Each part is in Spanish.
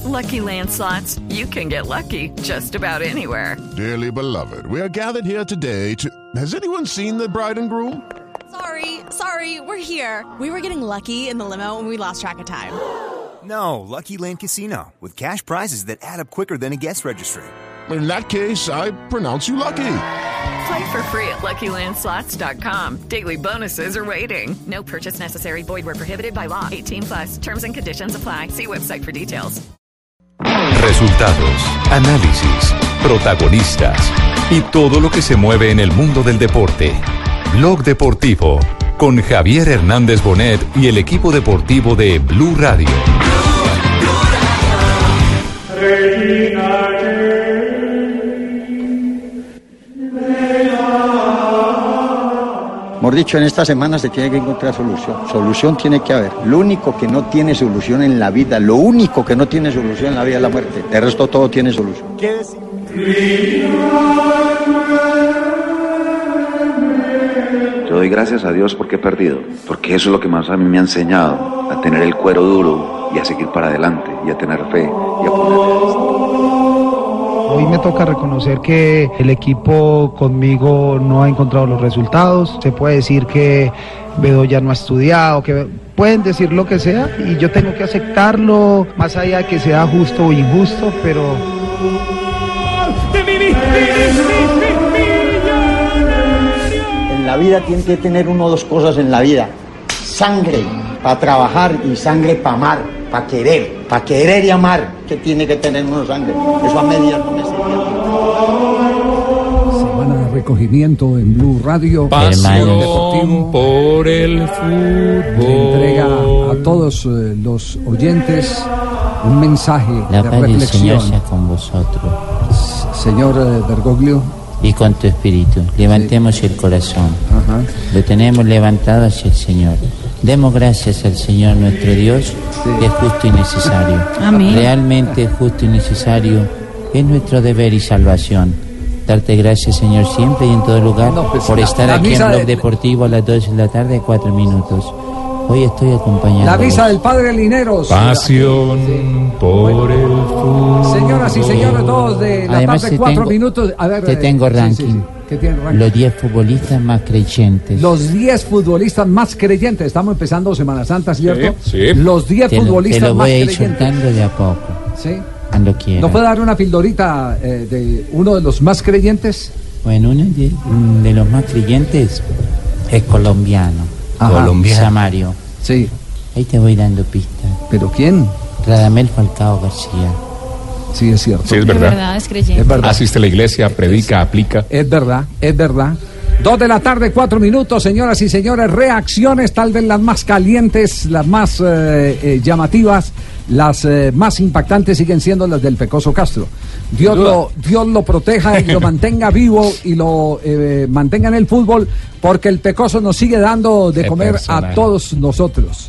Lucky Land Slots, you can get lucky just about anywhere. Dearly beloved, we are gathered here today to... Has anyone seen the bride and groom? Sorry, we're here. We were getting lucky in the limo and we lost track of time. No, Lucky Land Casino, with cash prizes that add up quicker than a guest registry. In that case, I pronounce you lucky. Play for free at LuckyLandSlots.com. Daily bonuses are waiting. No purchase necessary. Void where prohibited by law. 18+. Terms and conditions apply. See website for details. Resultados, análisis, protagonistas y todo lo que se mueve en el mundo del deporte. Blog Deportivo con Javier Hernández Bonet y el equipo deportivo de Blue Radio. Mejor dicho, en esta semana se tiene que encontrar solución. Solución tiene que haber. Lo único que no tiene solución en la vida, lo único que no tiene solución en la vida es la muerte. De resto todo tiene solución. ¿Qué decir? Yo doy gracias a Dios porque he perdido, porque eso es lo que más a mí me ha enseñado, a tener el cuero duro y a seguir para adelante, y a tener fe y a ponerle. Hoy me toca reconocer que el equipo conmigo no ha encontrado los resultados. Se puede decir que Bedoya no ha estudiado, que pueden decir lo que sea y yo tengo que aceptarlo, más allá de que sea justo o injusto, pero... En la vida tiene que tener uno o dos cosas en la vida. Sangre para trabajar y sangre para amar, para querer y amar, que tiene que tener uno sangre. Eso a medias no me sirve. Semana de recogimiento en Blue Radio. Pasión por el fútbol. Entrega a todos los oyentes un mensaje la de paz del reflexión. Señor sea con vosotros. Señor Bergoglio. Y con tu espíritu. Levantemos el corazón. Ajá. Lo tenemos levantado hacia el Señor. Demos gracias al Señor nuestro Dios, que es justo y necesario. Amén. Realmente es justo y necesario. Es nuestro deber y salvación. Darte gracias, Señor, siempre y en todo lugar, por estar aquí en Blog Deportivo a las 2 de la tarde, 4 minutos. Hoy estoy acompañado. La misa del Padre Lineros. Pasión por el fútbol. Señoras y señores, todos de la Además, tarde, 4 minutos. A ver, te tengo ranking. ¿Qué tiene ranking? Los 10 futbolistas más creyentes. Los 10 futbolistas más creyentes. Estamos empezando Semana Santa, ¿cierto? Sí. Los 10 futbolistas te lo más voy a ir creyentes. soltando de a poco. ¿Sí? Cuando quieras. ¿No puede dar una pildorita de uno de los más creyentes? Bueno, uno de los más creyentes es colombiano. Ajá. Colombiano. Samario. Sí. Ahí te voy dando pistas. ¿Pero quién? Radamel Falcao García. Sí, es cierto. Sí, es De verdad. verdad, es creyente. Es verdad. Asiste a la iglesia, predica, aplica. Es verdad, es verdad. 2 de la tarde, 4 minutos, señoras y señores. Reacciones, tal vez las más calientes, las más llamativas, las más impactantes siguen siendo las del Pecoso Castro. Dios lo proteja y lo mantenga vivo y lo mantenga en el fútbol, porque el Pecoso nos sigue dando de comer personaje. a todos nosotros.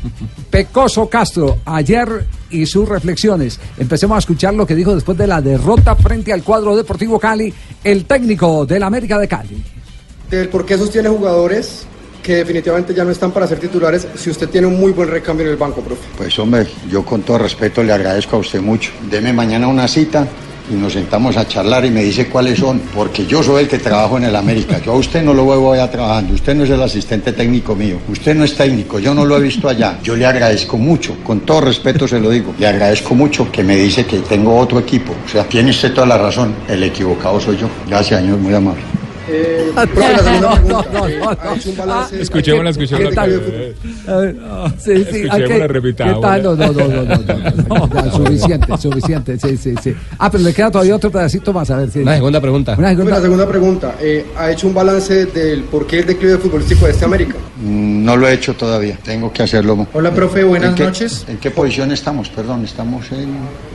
Pecoso Castro, ayer y sus reflexiones. Empecemos a escuchar lo que dijo después de la derrota frente al cuadro Deportivo Cali, el técnico del América de Cali. Del por qué sostiene jugadores que definitivamente ya no están para ser titulares si usted tiene un muy buen recambio en el banco, profe. Pues hombre, yo con todo respeto le agradezco a usted mucho. Deme mañana una cita y nos sentamos a charlar y me dice cuáles son, porque yo soy el que trabajo en el América. Yo a usted no lo veo allá trabajando, usted no es el asistente técnico mío, usted no es técnico, yo no lo he visto allá. Yo le agradezco mucho, con todo respeto se lo digo, le agradezco mucho que me dice que tengo otro equipo. O sea, tiene usted toda la razón, el equivocado soy yo. Gracias, señor, muy amable. Profe, la segunda pregunta. Ha hecho un balance. Escuchémosla. ¿Qué tal? Sí, Escuchémosla, repitamos. ¿Qué tal? No, ya, suficiente, sí. Ah, pero le queda todavía otro pedacito más, a ver si... Una segunda pregunta. La segunda pregunta. ¿Ha hecho un balance del por qué el declive futbolístico de este América? No lo he hecho todavía, tengo que hacerlo. Hola, profe, buenas noches. ¿En qué posición estamos? Perdón, estamos en...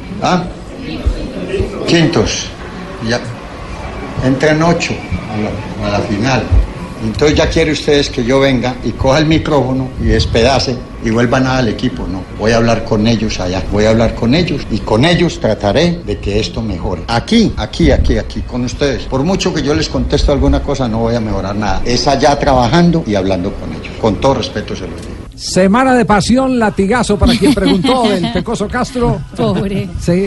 quintos. Ya. Entran 8 a la final. Entonces ya quiere ustedes que yo venga y coja el micrófono y despedace y vuelva nada al equipo. No, voy a hablar con ellos allá, voy a hablar con ellos y con ellos trataré de que esto mejore. Aquí, con ustedes. Por mucho que yo les contesto alguna cosa, no voy a mejorar nada. Es allá trabajando y hablando con ellos. Con todo respeto se los digo. Semana de pasión, latigazo para quien preguntó del Pecoso Castro. Pobre. Sí.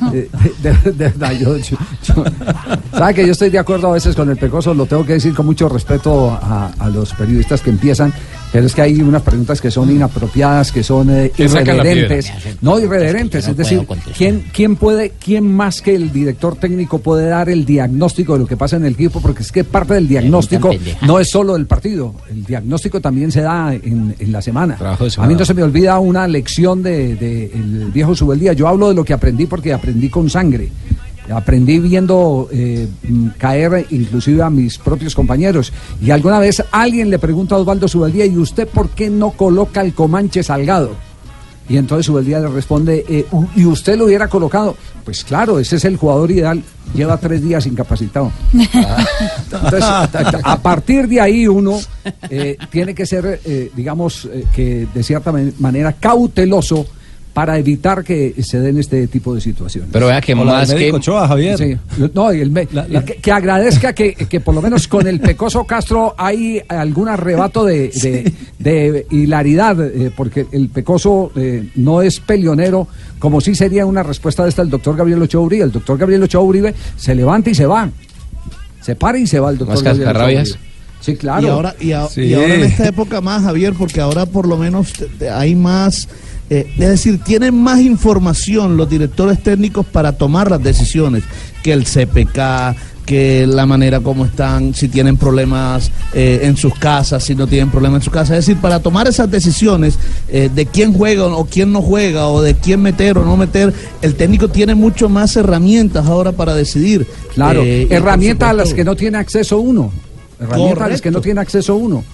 Sabe que yo estoy de acuerdo a veces con el Pecoso, lo tengo que decir con mucho respeto a los periodistas que empiezan, pero es que hay unas preguntas que son inapropiadas, que son irreverentes. No irreverentes, es decir, ¿quién más que el director técnico puede dar el diagnóstico de lo que pasa en el equipo? Porque es que parte del diagnóstico no es solo del partido, el diagnóstico también se da en la semana. A mí no se me olvida una lección del viejo Subeldía. Yo hablo de lo que aprendí porque aprendí con sangre. Aprendí viendo caer inclusive a mis propios compañeros. Y alguna vez alguien le pregunta a Osvaldo Subeldía: ¿y usted por qué no coloca al Comanche Salgado? Y entonces Subeldía le responde: ¿y usted lo hubiera colocado? Pues claro, ese es el jugador ideal. Lleva 3 días incapacitado. Entonces, a partir de ahí uno tiene que ser, digamos, que de cierta manera cauteloso para evitar que se den este tipo de situaciones. Pero vea que más que Ochoa, Javier. Sí. No, que agradezca que por lo menos con el Pecoso Castro hay algún arrebato de hilaridad, porque el Pecoso no es peleonero, como sí sería una respuesta de esta del doctor Gabriel Ochoa Uribe. El doctor Gabriel Ochoa Uribe se levanta y se va. Se para y se va el doctor Gabriel Ochoa Uribe. Sí, claro. Y ahora en esta época más, Javier, porque ahora por lo menos hay más... es decir, tienen más información los directores técnicos para tomar las decisiones que el CPK, que la manera como están, si tienen problemas en sus casas, si no tienen problemas en sus casas. Es decir, para tomar esas decisiones de quién juega o quién no juega, o de quién meter o no meter, el técnico tiene mucho más herramientas ahora para decidir. Claro, herramientas a las que no tiene acceso uno. Herramientas a las que no tiene acceso uno.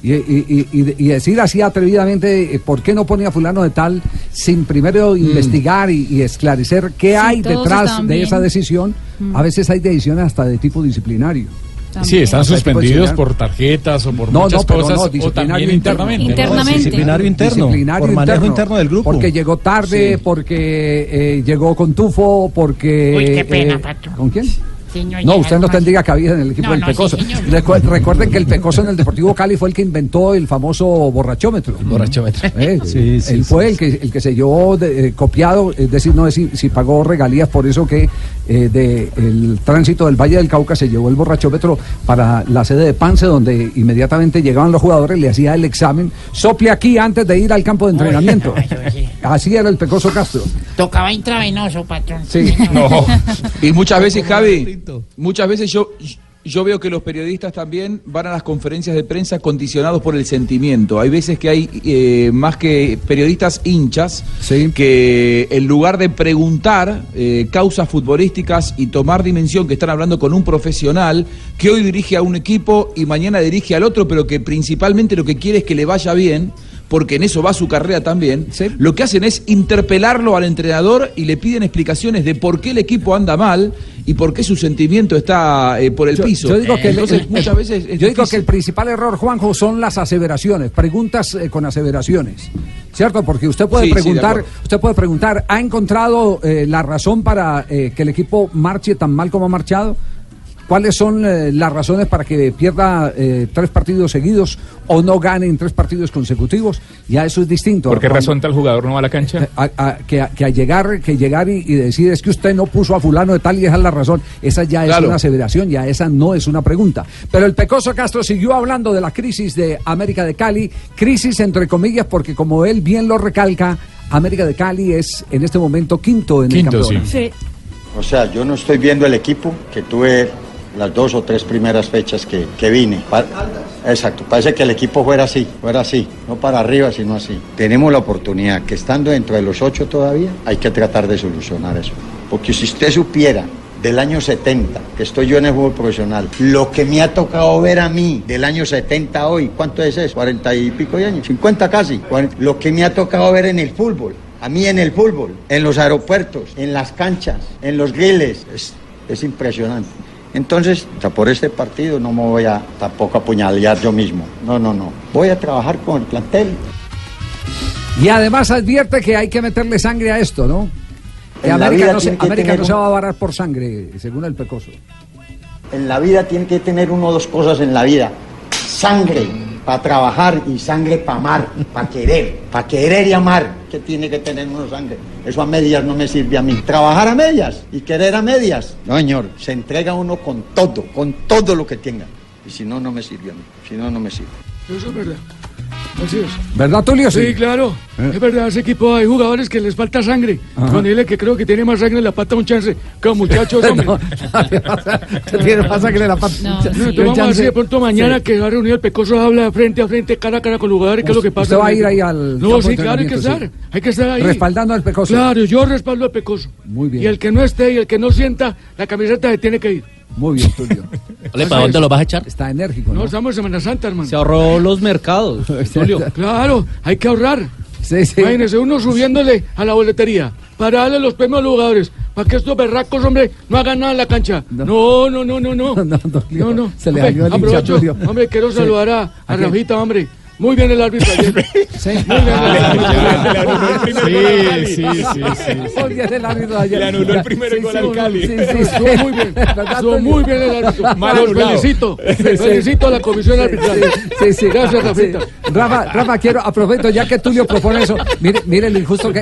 Y decir así atrevidamente, ¿por qué no pone a fulano de tal sin primero investigar y esclarecer qué hay detrás de esa decisión? A veces hay decisiones hasta de tipo disciplinario. Sí, están suspendidos por tarjetas o por muchas cosas, o también internamente. Disciplinario interno, por manejo interno del grupo. Porque llegó tarde, porque llegó con tufo, porque... Uy, qué pena, patrón. ¿Con quién? No, usted no tendría cabida en el equipo del Pecoso. Recuerden que el Pecoso en el Deportivo Cali fue el que inventó el famoso borrachómetro. El borrachómetro. Él fue el que se llevó copiado, es decir, no es si pagó regalías por eso que del tránsito del Valle del Cauca se llevó el borrachómetro para la sede de Pance, donde inmediatamente llegaban los jugadores, le hacía el examen, sople aquí antes de ir al campo de entrenamiento. Así era el Pecoso Castro. Tocaba intravenoso, patrón. Sí. No. Y muchas veces, Javi, muchas veces yo veo que los periodistas también van a las conferencias de prensa condicionados por el sentimiento. Hay veces que hay más que periodistas hinchas, que en lugar de preguntar causas futbolísticas y tomar dimensión, que están hablando con un profesional que hoy dirige a un equipo y mañana dirige al otro, pero que principalmente lo que quiere es que le vaya bien, porque en eso va su carrera también, lo que hacen es interpelarlo al entrenador y le piden explicaciones de por qué el equipo anda mal y por qué su sentimiento está por el piso. Yo digo que entonces muchas veces yo digo que el principal error, Juanjo, son las aseveraciones, preguntas con aseveraciones, ¿cierto? Porque usted puede preguntar, ¿ha encontrado la razón para que el equipo marche tan mal como ha marchado? ¿Cuáles son las razones para que pierda 3 partidos seguidos o no gane en 3 partidos consecutivos? Ya eso es distinto. ¿Por qué razón tal jugador no va a la cancha? Que llegar y decir es que usted no puso a fulano de tal y esa es la razón. Esa ya es una aseveración, ya esa no es una pregunta. Pero el Pecoso Castro siguió hablando de la crisis de América de Cali, crisis entre comillas, porque como él bien lo recalca, América de Cali es en este momento quinto en el campeonato. Sí. O sea, yo no estoy viendo el equipo que tuve las 2 o 3 primeras fechas que vine. Exacto, parece que el equipo fuera así, no para arriba, sino así. Tenemos la oportunidad que estando dentro de los 8 todavía, hay que tratar de solucionar eso. Porque si usted supiera del año 70, que estoy yo en el fútbol profesional, lo que me ha tocado ver a mí del año 70 hoy, ¿cuánto es eso? 40 y pico de años, 50 casi. Lo que me ha tocado ver en el fútbol, a mí en el fútbol, en los aeropuertos, en las canchas, en los griles, es impresionante. Entonces, por este partido no me voy a tampoco apuñalear yo mismo. No. Voy a trabajar con el plantel. Y además advierte que hay que meterle sangre a esto, ¿no? Que América no se va a varar por sangre, según el Pecoso. En la vida tiene que tener 1 o 2 cosas en la vida. Sangre para trabajar y sangre para amar, para querer y amar. ¿Qué tiene que tener uno sangre? Eso a medias no me sirve a mí. Trabajar a medias y querer a medias. No, señor, se entrega uno con todo lo que tenga. Y si no, no me sirve a mí. Si no, no me sirve. Eso es verdad. Así es. ¿Verdad, Tulio? Sí, claro. Es verdad, ese equipo hay jugadores que les falta sangre. Con él que creo que tiene más sangre en la pata un chance que a muchachos, hombre. Tiene más sangre en la pata. Entonces vamos a ver si de pronto mañana que va a reunir el Pecoso habla frente a frente, cara a cara con los jugadores, qué es lo que pasa. ¿Usted va a ir ahí al No, sí, claro, hay que estar ahí. Respaldando al Pecoso. Claro, yo respaldo al Pecoso. Muy bien. Y el que no esté y el que no sienta, la camiseta se tiene que ir. Muy bien, Tulio. ¿Para dónde lo vas a echar? Está enérgico, ¿no? No, estamos en Semana Santa, hermano. Se ahorró los mercados, Tulio. Claro, hay que ahorrar. Sí. Imagínese uno subiéndole a la boletería para darle los premios a los jugadores, para que estos berracos, hombre, no hagan nada en la cancha. No. Se le dañó el aprovecho, hombre, quiero saludar a Rafita, hombre. Muy bien el árbitro ayer. Sí. Muy bien el árbitro. Sí. Muy bien el árbitro ayer. Le anuló el primer gol al Cali. Estuvo muy bien. Estuvo muy bien el árbitro. Felicito a la comisión arbitral. Sí. Gracias, Rafita. Rafa, aprovecho ya que Tulio propone eso. Mire lo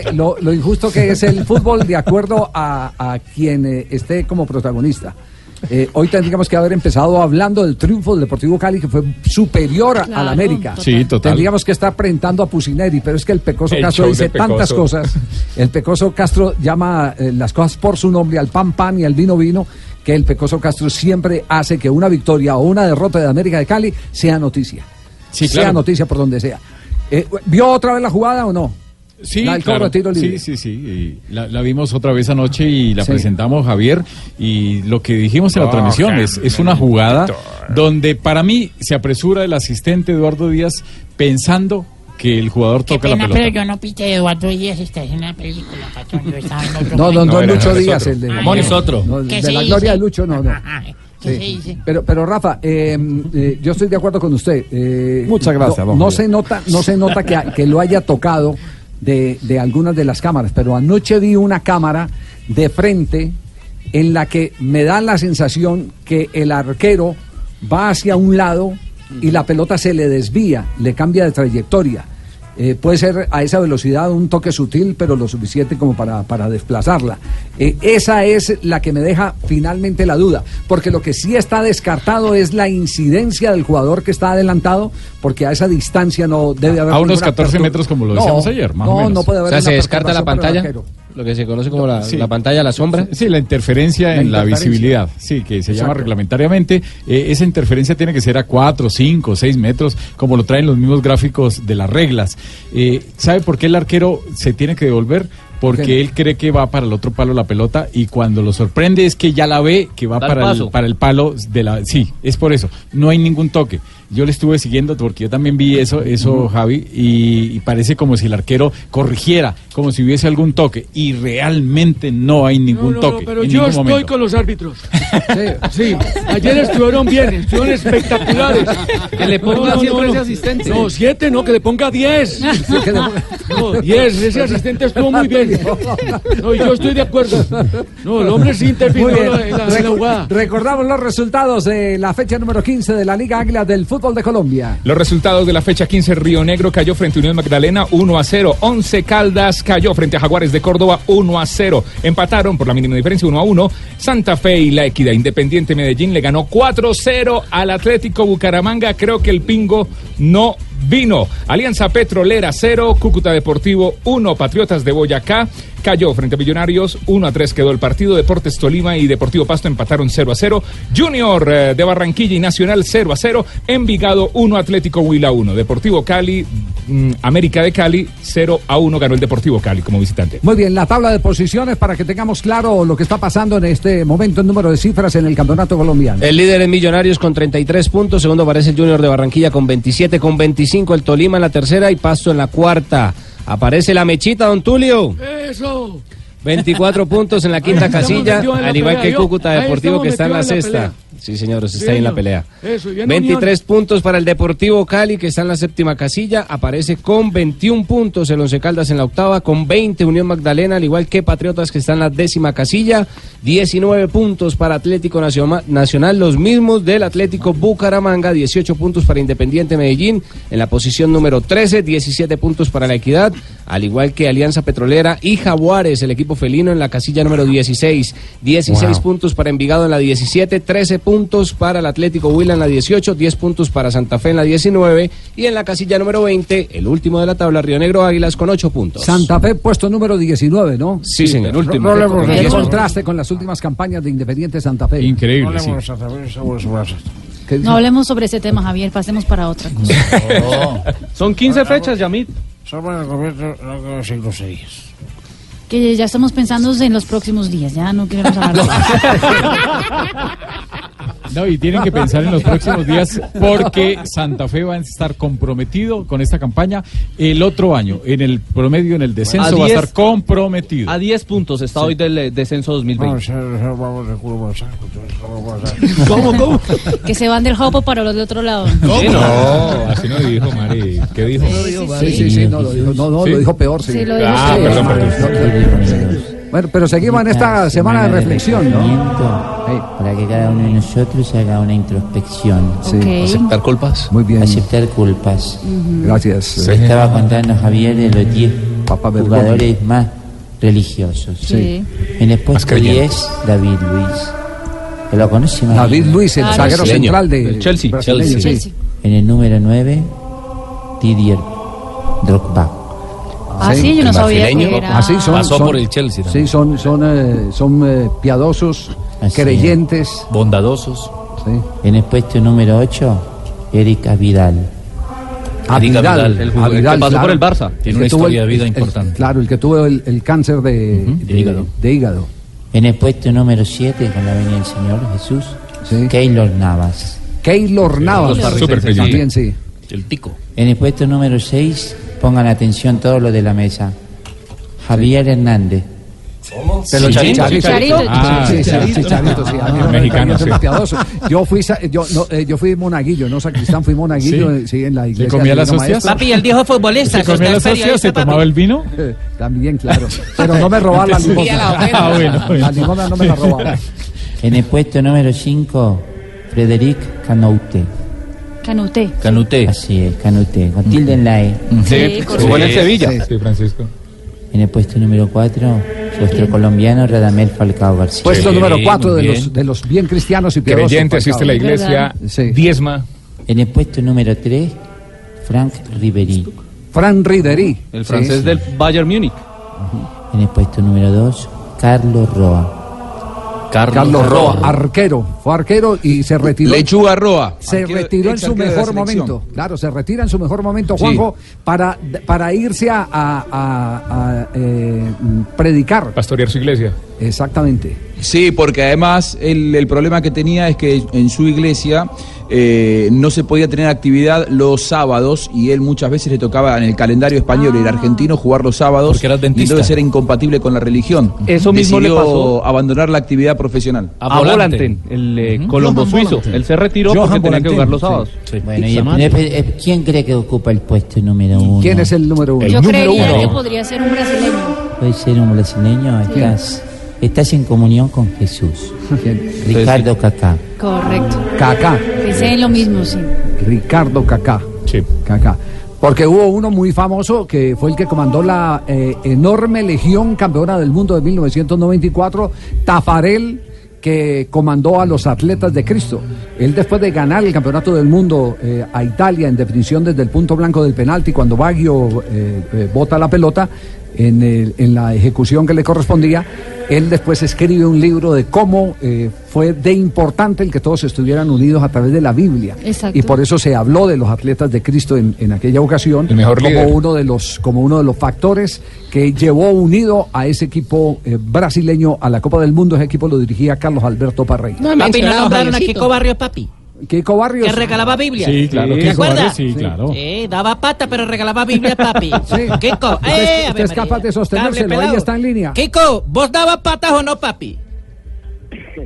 injusto que es el fútbol de acuerdo a quien esté como protagonista. Hoy tendríamos que haber empezado hablando del triunfo del Deportivo Cali, que fue superior al América. Sí, total. Tendríamos que estar presentando a Pusineri, pero es que el Pecoso Castro dice tantas cosas. El Pecoso Castro llama las cosas por su nombre, al pan y al vino, que el Pecoso Castro siempre hace que una victoria o una derrota de América de Cali sea noticia. Sí, claro. Sea noticia por donde sea. ¿Vio otra vez la jugada o no? Sí, claro. Tiro libre. Sí. La vimos otra vez anoche y la presentamos, Javier, y lo que dijimos en la transmisión es una jugada donde para mí se apresura el asistente Eduardo Díaz pensando que el jugador toca la pelota. Pero yo no pité Eduardo Díaz, está en una película, patrón. Yo estaba en otro No, Lucho Díaz, el de... es otro. De la gloria de Lucho, no. Sí. Pero Rafa, yo estoy de acuerdo con usted. Muchas gracias. No se nota que lo haya tocado de algunas de las cámaras, pero anoche vi una cámara de frente en la que me da la sensación que el arquero va hacia un lado y la pelota se le desvía, le cambia de trayectoria. Puede ser a esa velocidad un toque sutil, pero lo suficiente como para desplazarla. Esa es la que me deja finalmente la duda, porque lo que sí está descartado es la incidencia del jugador que está adelantado, porque a esa distancia no debe haber... A unos 14 metros, como lo decíamos ayer, más o menos. No puede haber. O sea, se descarta la pantalla, lo que se conoce como la pantalla, la sombra. Sí, la interferencia en la visibilidad, sí, que se llama reglamentariamente. Esa interferencia tiene que ser a 4, 5, 6 metros, como lo traen los mismos gráficos de las reglas. ¿Sabe por qué el arquero se tiene que devolver? Porque él cree que va para el otro palo la pelota y cuando lo sorprende es que ya la ve que va para el palo de la... Sí, es por eso. No hay ningún toque. Yo le estuve siguiendo porque yo también vi eso Javi, y parece como si el arquero corrigiera, como si hubiese algún toque, y realmente no hay ningún toque. Pero yo estoy con los árbitros. Sí, ayer estuvieron bien, estuvieron espectaculares. Que le ponga siempre ese asistente. No, 7 no, que le ponga 10. No, 10, ese asistente estuvo muy bien. No, yo estoy de acuerdo. No, el hombre sí intervino en la jugada. Recordamos los resultados de la fecha número 15 de la Liga Águila del Fútbol de Colombia. Los resultados de la fecha 15, Río Negro cayó frente a Unión Magdalena 1-0. 11 Caldas cayó frente a Jaguares de Córdoba 1-0. Empataron por la mínima diferencia 1-1. Santa Fe y La Equidad. Independiente Medellín le ganó 4-0 al Atlético Bucaramanga. Creo que el Pingo no vino. Alianza Petrolera 0, Cúcuta Deportivo 1, Patriotas de Boyacá cayó frente a Millonarios 1-3 quedó el partido. Deportes Tolima y Deportivo Pasto empataron 0-0. Junior de Barranquilla y Nacional 0-0. Envigado 1, Atlético Huila 1. Deportivo Cali, América de Cali 0-1 ganó el Deportivo Cali como visitante. Muy bien, la tabla de posiciones para que tengamos claro lo que está pasando en este momento en número de cifras en el campeonato colombiano. El líder es Millonarios con 33 puntos, segundo aparece el Junior de Barranquilla con 27, con 25 el Tolima en la tercera y Pasto en la cuarta. Aparece la Mechita, don Tulio. Eso. 24 puntos en la quinta casilla, al igual que el Cúcuta Deportivo que está en la sexta. Sí, señor, está ahí en la pelea. Eso, y en 23 puntos para el Deportivo Cali, que está en la séptima casilla. Aparece con 21 puntos el Once Caldas en la octava, con 20 Unión Magdalena, al igual que Patriotas, que está en la décima casilla. 19 puntos para Atlético Nacional, los mismos del Atlético Bucaramanga. 18 puntos para Independiente Medellín en la posición número 13. 17 puntos para La Equidad, al igual que Alianza Petrolera y Jaguares, el equipo felino, en la casilla número 16. 16 puntos para Envigado en la 17. 13 puntos para el Atlético Huila en la 18. 10 puntos para Santa Fe en la 19. Y en la casilla número 20, el último de la tabla, Río Negro Águilas, con 8 puntos. Santa Fe puesto número 19, ¿no? Sí, señor. El último. ¿Qué contraste con las últimas campañas de Independiente Santa Fe? Increíble, sí. No hablemos sobre ese tema, Javier, pasemos para otra cosa. Son 15 fechas, Yamit. Que ya estamos pensando en los próximos días, ya no queremos hablar. No, y tienen que pensar en los próximos días porque Santa Fe va a estar comprometido con esta campaña el otro año. En el promedio, en el descenso, va a estar comprometido. A 10 puntos está hoy del descenso 2020. ¿Cómo? Que se van del Jopo para los del otro lado. ¿Cómo? No, así no dijo, Mari. ¿Qué dijo? Sí, no, lo dijo peor. Sí. Lo dijo perdón. Bueno, pero seguimos en esta semana de reflexión, ¿no? Para que cada uno de nosotros haga una introspección. Okay. ¿Aceptar culpas? Muy bien. Aceptar culpas. Gracias. Se estaba contando Javier de los 10 jugadores más religiosos. Sí. En el puesto 10, David Luiz. ¿Que lo conoce, María? David Luiz, el zaguero central del Chelsea. Sí. En el número 9, Didier Drogba. Ah, sí, yo no sabía que era. Así pasó por el Chelsea también. Sí, son piadosos, creyentes, bondadosos. Sí. En el puesto número 8, Eric Abidal. Abidal, el que pasó por el Barça. Tiene una historia de vida importante. Claro, el que tuvo el cáncer de hígado. En el puesto número 7, con la venida del Señor Jesús, Keylor Navas. Súper también, sí. El tico. En el puesto número 6, pongan atención todos los de la mesa, Javier Hernández. ¿Cómo? Pero Chicharito. Chicharito, sí. Mexicano, sí. Yo fui monaguillo, no sacristán, fui monaguillo, sí, en la iglesia. ¿Se comía las hostias? Papi, él dijo futbolista. ¿Se comía las hostias? ¿Se tomaba el vino? También, claro. Pero no me robaban la limosna. Bueno. La limosna no me la robaban. En el puesto número 5, Frederic Canouté. Canuté. Así es, Canuté. Con tilde en la E. Sí, jugó en el Sevilla. Sí, Francisco. En el puesto número 4, nuestro colombiano Radamel Falcao García. Puesto número 4 de los bien cristianos y piadosos. Creyente, asiste a la iglesia, diezma. En el puesto número 3, Franck Ribéry. El francés del Bayern Múnich. En el puesto número 2, Carlos Roa. Carlos Roa, arquero, fue arquero y se retiró. Lechuga Roa. Se retiró en su mejor momento. Claro, se retira en su mejor momento, Juanjo, para irse a predicar. Pastorear su iglesia. Exactamente. Sí, porque además el problema que tenía es que en su iglesia no se podía tener actividad los sábados y él muchas veces le tocaba en el calendario español y el argentino jugar los sábados. Porque era adventista. Y entonces era incompatible con la religión. Eso mismo le pasó abandonar la actividad profesional. A Volanten, el colombo suizo. Él se retiró porque tenía que jugar los sábados. Sí. Bueno, y ¿quién cree que ocupa el puesto número 1? ¿Quién es el número 1? Yo creería que podría ser un brasileño. Puede ser un brasileño. Estás en comunión con Jesús. Ricardo Kaká. Correcto. Kaká. Pensé en lo mismo, sí. Ricardo Kaká. Sí. Kaká. Porque hubo uno muy famoso que fue el que comandó la enorme legión campeona del mundo de 1994, Tafarel, que comandó a los atletas de Cristo. Él, después de ganar el campeonato del mundo a Italia en definición desde el punto blanco del penalti, cuando Baggio bota la pelota en la ejecución que le correspondía, él después escribe un libro de cómo fue de importante el que todos estuvieran unidos a través de la Biblia. Exacto. Y por eso se habló de los atletas de Cristo en aquella ocasión como uno de los factores que llevó unido a ese equipo brasileño a la Copa del Mundo. Ese equipo lo dirigía Carlos Alberto Parreira. No, papi, no nombraron a Kiko Barrios, papi. Kiko Barrios. Que regalaba Biblia. Sí, claro. ¿Te acuerdas? Sí, claro. Daba pata, pero regalaba Biblia, papi. Sí. Kiko, usted es capaz de sostenérselo, ahí está en línea. Kiko, ¿vos dabas patas o no, papi?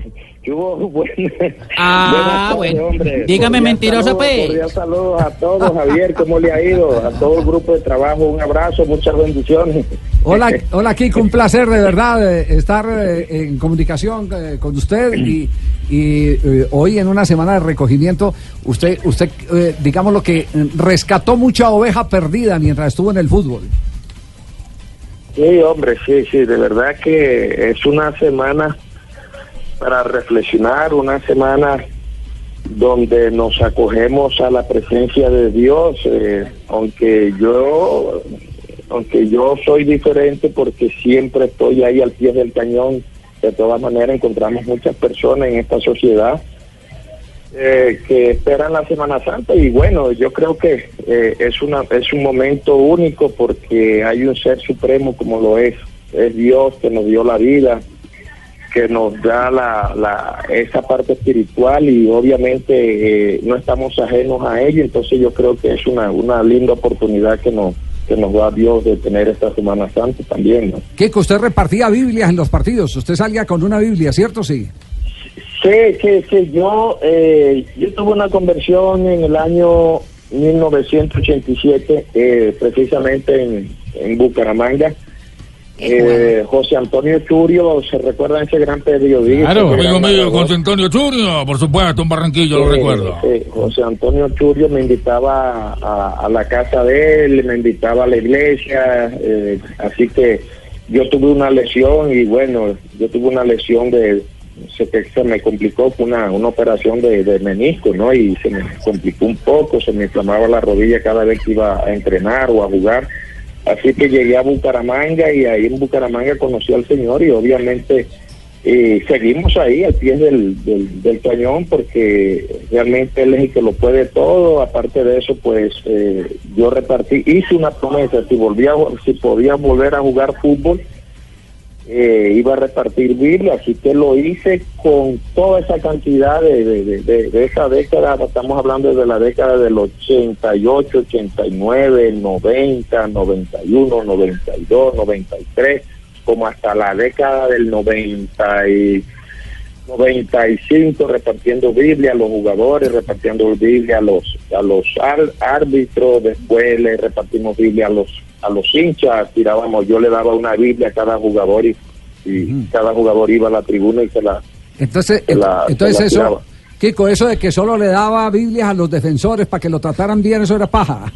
Bueno. Dígame mentiroso, pues. Saludos a todos, Javier, ¿cómo le ha ido? A todo el grupo de trabajo, un abrazo, muchas bendiciones. Hola, Kiko, un placer de verdad estar en comunicación con usted y hoy en una semana de recogimiento, usted digamos lo que rescató mucha oveja perdida mientras estuvo en el fútbol. Sí, hombre, sí, de verdad que es una semana para reflexionar, una semana donde nos acogemos a la presencia de Dios, aunque yo soy diferente porque siempre estoy ahí al pie del cañón. De todas maneras encontramos muchas personas en esta sociedad que esperan la Semana Santa y bueno, yo creo que es un momento único porque hay un ser supremo como lo es Dios, que nos dio la vida, que nos da esa parte espiritual y obviamente no estamos ajenos a ello, entonces yo creo que es una linda oportunidad que nos da Dios de tener esta Semana Santa también, ¿no? Que usted repartía Biblias en los partidos, usted salía con una Biblia, ¿cierto? Sí. Sí, yo tuve una conversión en el año 1987, precisamente en Bucaramanga. José Antonio Churio, ¿se recuerdan ese gran periodista? Claro, amigo mío, José Antonio Churio, por supuesto, en Barranquilla, lo recuerdo. José Antonio Churio me invitaba a la casa de él, me invitaba a la iglesia, así que yo tuve una lesión y bueno, se me complicó, fue una operación de menisco, ¿no? Y se me complicó un poco, se me inflamaba la rodilla cada vez que iba a entrenar o a jugar. Así que llegué a Bucaramanga y ahí en Bucaramanga conocí al Señor y obviamente seguimos ahí al pie del cañón porque realmente Él es el que lo puede todo. Aparte de eso, pues yo hice una promesa, si podía volver a jugar fútbol, iba a repartir Biblia, así que lo hice con toda esa cantidad de esa década. Estamos hablando de la década del 88, 89, 90, 91, 92, 93, como hasta la década del 95, repartiendo Biblia a los jugadores, repartiendo Biblia a los árbitros. Después le repartimos Biblia a los hinchas, yo le daba una Biblia a cada jugador y cada jugador iba a la tribuna y entonces eso tiraba. Kiko, eso de que solo le daba Biblias a los defensores para que lo trataran bien, eso era paja.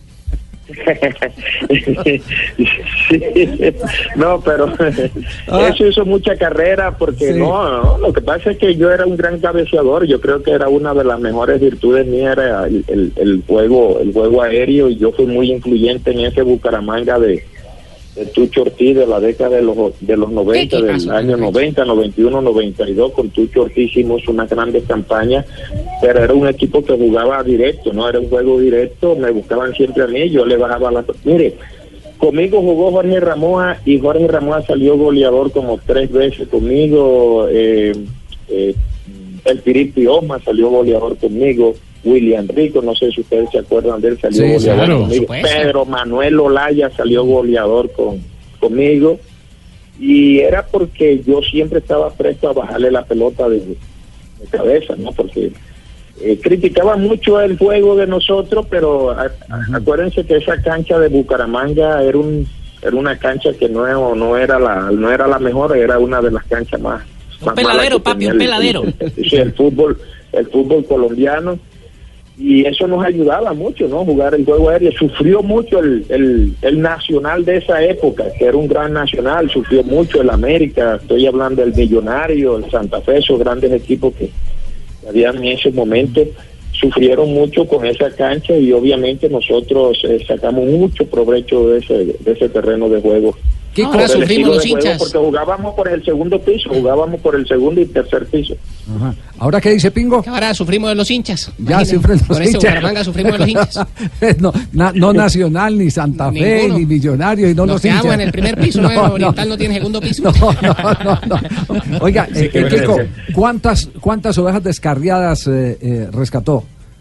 Sí. No, pero eso hizo mucha carrera porque no, lo que pasa es que yo era un gran cabeceador. Yo creo que era una de las mejores virtudes mías, era el juego aéreo, y yo fui muy influyente en ese Bucaramanga de Tucho Ortiz de la década de los 90, del año 90, 91, 92. Con Tucho Ortiz hicimos una grande campaña, pero era un equipo que jugaba directo, no era un juego directo, me buscaban siempre a mí, yo le bajaba mire, conmigo jugó Jorge Ramoa y Jorge Ramoa salió goleador como 3 veces conmigo, el Piripi Osma salió goleador conmigo, William Rico, no sé si ustedes se acuerdan de él, salió goleador conmigo. Pedro Manuel Olaya salió goleador conmigo, y era porque yo siempre estaba presto a bajarle la pelota de cabeza, ¿no? Porque criticaba mucho el juego de nosotros, pero acuérdense que esa cancha de Bucaramanga era una cancha que no era la mejor, era una de las canchas más peladero, papi, un peladero. Sí, el fútbol colombiano. Y eso nos ayudaba mucho, ¿no? Jugar el juego aéreo. Sufrió mucho el Nacional de esa época, que era un gran Nacional. Sufrió mucho el América. Estoy hablando del Millonario, el Santa Fe, esos grandes equipos que habían en ese momento. Sufrieron mucho con esa cancha y obviamente nosotros sacamos mucho provecho de ese terreno de juego. ¿Qué ahora sufrimos los hinchas? Porque jugábamos por el segundo piso, jugábamos por el segundo y tercer piso. Ajá. ¿Ahora qué dice Pingo? Que ahora sufrimos de los hinchas. Ya sufren los hinchas. Por eso Bucaramanga sufrimos de los hinchas. No Nacional, ni Santa Fe, ninguno. Ni Millonario, y no los hinchas. Nos quedamos en el primer piso, no, Oriental no tiene segundo piso. No. Oiga, Kiko, ¿cuántas ovejas descarriadas rescató?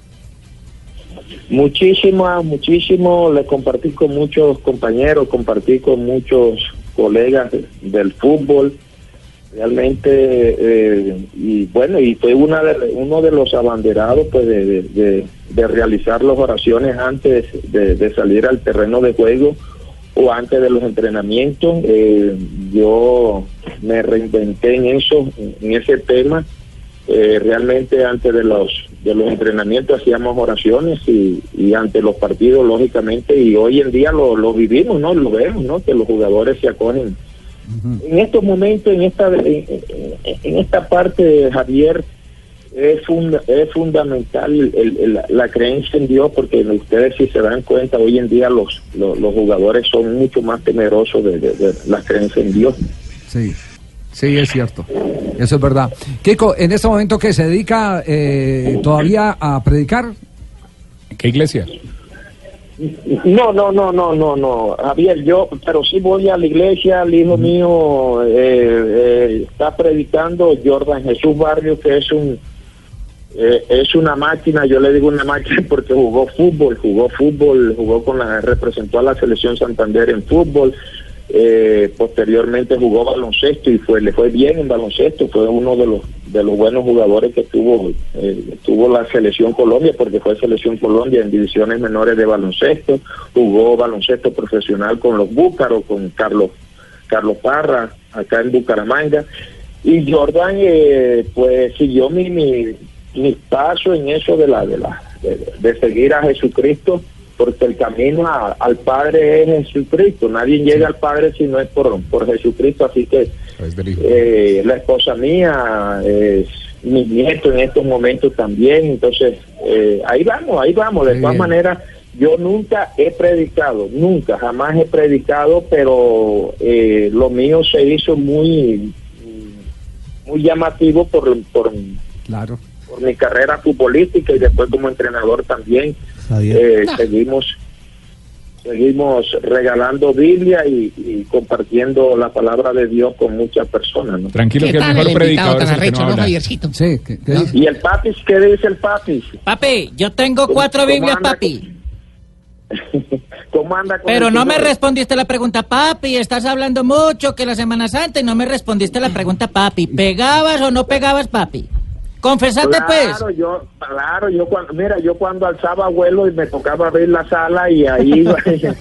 Muchísimo, le compartí con muchos compañeros, compartí con muchos colegas del fútbol, Realmente, y bueno, y fue uno de los abanderados pues de realizar las oraciones antes de salir al terreno de juego o antes de los entrenamientos. Yo me reinventé en ese tema. Realmente antes de los entrenamientos hacíamos oraciones y ante los partidos, lógicamente, y hoy en día lo vivimos, ¿no? Lo vemos, ¿no? Que los jugadores se acogen. En estos momentos, en esta parte, Javier, es fundamental la creencia en Dios, porque ustedes, si se dan cuenta, hoy en día los jugadores son mucho más temerosos de la creencia en Dios. Sí, es cierto. Eso es verdad. Kiko, en este momento, ¿qué se dedica todavía a predicar? ¿En qué iglesia? No, Javier, pero sí voy a la iglesia. El hijo mío está predicando, Jordan Jesús Barrio, que es una máquina. Yo le digo una máquina porque jugó fútbol, representó a la selección Santander en fútbol. Posteriormente jugó baloncesto y le fue bien en baloncesto. Fue uno de los buenos jugadores que tuvo la selección Colombia, porque fue selección Colombia en divisiones menores de baloncesto. Jugó baloncesto profesional con los Búcaros, con Carlos Parra acá en Bucaramanga. Y Jordan pues siguió mi paso en eso de seguir a Jesucristo, porque el camino al Padre es Jesucristo. Nadie llega al Padre si no es por Jesucristo. Así que la esposa mía, mi nieto en estos momentos también. Entonces, ahí vamos. De todas maneras, yo nunca he predicado, jamás he predicado, pero lo mío se hizo muy llamativo por mi carrera futbolística y después como entrenador también. Seguimos regalando Biblia y compartiendo la palabra de Dios con muchas personas, ¿no? Tranquilo, que el mejor predicador es el que no habla. Javiercito? Sí, ¿Y el papis? ¿Qué dice el papis? Papi, yo tengo 4 Biblias, papi. ¿Cómo anda con Pero no me señor? respondiste la pregunta, papi. Estás hablando mucho que la Semana Santa y no me respondiste la pregunta, papi. ¿Pegabas o no pegabas, papi? Confesate, pues. Yo cuando alzaba vuelo y me tocaba abrir la sala y ahí iba.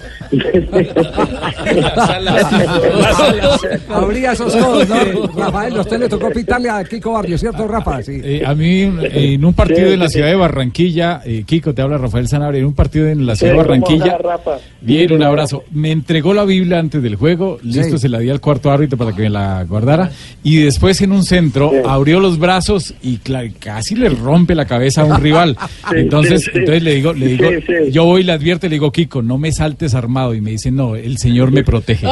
Abría esos codos, ¿no? Rafael, a usted le tocó pitarle a Kiko Barrio, ¿cierto, Rafa? Sí. A mí, en un partido en la ciudad de Barranquilla, Kiko, te habla Rafael Sanabria, en un partido en la ciudad de Barranquilla, bien, un abrazo, me entregó la Biblia antes del juego, listo, se la di al cuarto árbitro para que me la guardara, y después en un centro abrió los brazos y casi le rompe la cabeza a un rival. Entonces le digo, yo voy y le advierto y le digo, Kiko, no me saltes armado, y me dice, no, el Señor me protege.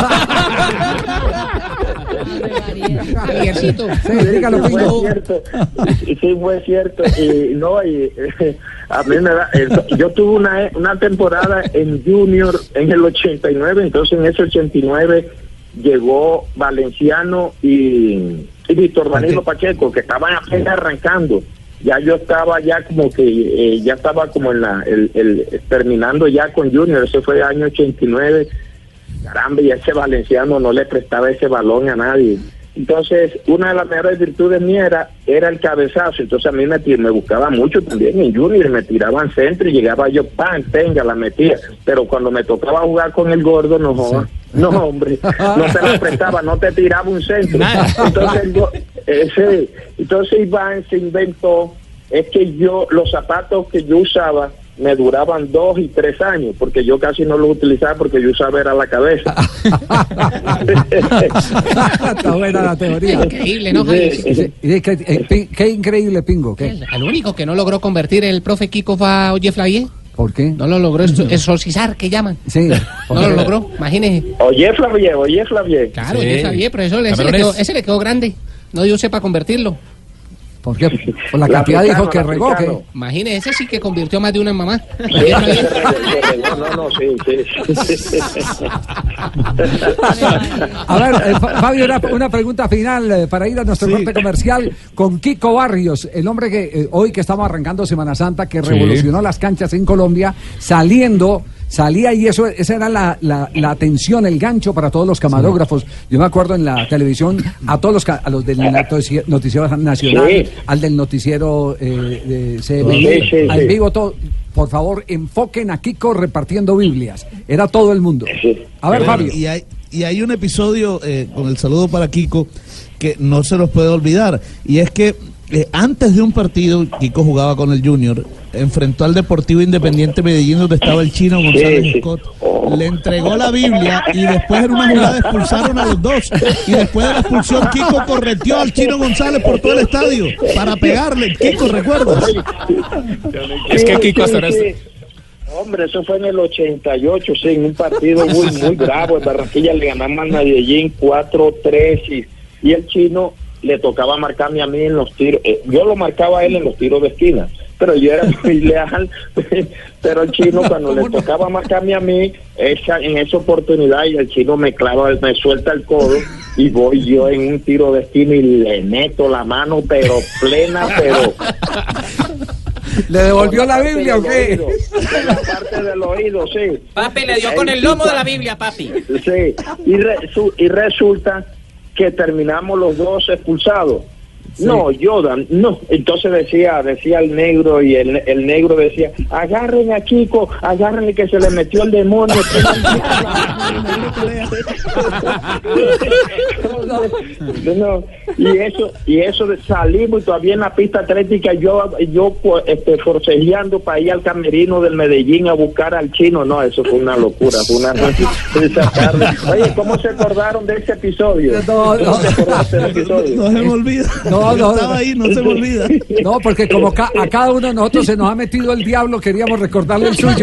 Javiercito. Dígalo, Sí, fue cierto. A mí me da, yo tuve una temporada en Junior en el 89, entonces en ese 89 llegó Valenciano y Víctor Danilo Pacheco, que estaban apenas arrancando. Ya yo estaba ya como que ya estaba como en terminando ya con Junior. Ese fue el año 89. Caramba, y ese Valenciano no le prestaba ese balón a nadie. Entonces, una de las mejores virtudes mías era el cabezazo. Entonces a mí me buscaba mucho también en Junior, me tiraban centro y llegaba yo, ¡pam!, tenga, la metía. Pero cuando me tocaba jugar con el gordo, no jodas. No, hombre, no te la prestaba, no te tiraba un centro. Entonces Iván se inventó, es que los zapatos que yo usaba me duraban 2 y 3 años, porque yo casi no los utilizaba porque yo usaba era la cabeza. Está buena la teoría. Increíble, ¿no, Javier? Qué increíble, Pingo. El único que no logró convertir el profe Kiko fue a Oye Flavier. ¿Por qué? No lo logró exorcizar, que llaman. Sí. No lo logró, imagínese. Oye Flavier. Claro, Oye Flavier, pero ese le quedó grande. No dio usted para convertirlo. ¿Por qué? Por la cantidad de hijos que regó, ¿qué? Imagínese, ese sí que convirtió más de una en mamá. Sí. A ver, Fabio, una pregunta final para ir a nuestro corte comercial con Kiko Barrios, el hombre que hoy que estamos arrancando Semana Santa, que revolucionó las canchas en Colombia, saliendo salía y esa era la atención, el gancho para todos los camarógrafos. Yo me acuerdo en la televisión a los del noticiero nacional, al del noticiero de CMI, al vivo todo. Por favor, enfoquen a Kiko repartiendo Biblias. Era todo el mundo. A ver, Fabio. Y hay un episodio, con el saludo para Kiko, que no se los puede olvidar. Y es que antes de un partido, Kiko jugaba con el Junior, enfrentó al Deportivo Independiente Medellín, donde estaba el chino González Scott, le entregó la Biblia y después en una jugada expulsaron a los dos. Y después de la expulsión, Kiko correteó al chino González por todo el estadio para pegarle. Kiko, ¿recuerdas? Es que Kiko hasta hombre, eso fue en el 88, sí, en un partido muy bravo. En Barranquilla le ganamos al Medellín 4-3 y el chino le tocaba marcarme a mí en los tiros. Yo lo marcaba a él en los tiros de esquina, pero yo era muy leal. Pero el chino, cuando le tocaba marcarme a mí, en esa oportunidad, y el chino me suelta el codo, y voy yo en un tiro de esquina y le meto la mano, pero plena, pero... ¿Le devolvió la Biblia o qué? En la parte del oído, sí. Papi, le dio con el lomo de la Biblia, papi. Sí, y resulta que terminamos los dos expulsados. Sí. No, Jordan, no. Entonces decía el negro, y el negro decía, agarren a Kiko, agárrenle que se le metió el demonio. No, y eso salimos, y todavía en la pista atlética yo forcejeando para ir al camerino del Medellín a buscar al chino. No, eso fue una locura, fue una Oye, ¿cómo se acordaron de ese episodio? No se me olvida. Estaba ahí, no se me olvida. No, porque como a cada uno de nosotros se nos ha metido el diablo, queríamos recordarle el suyo.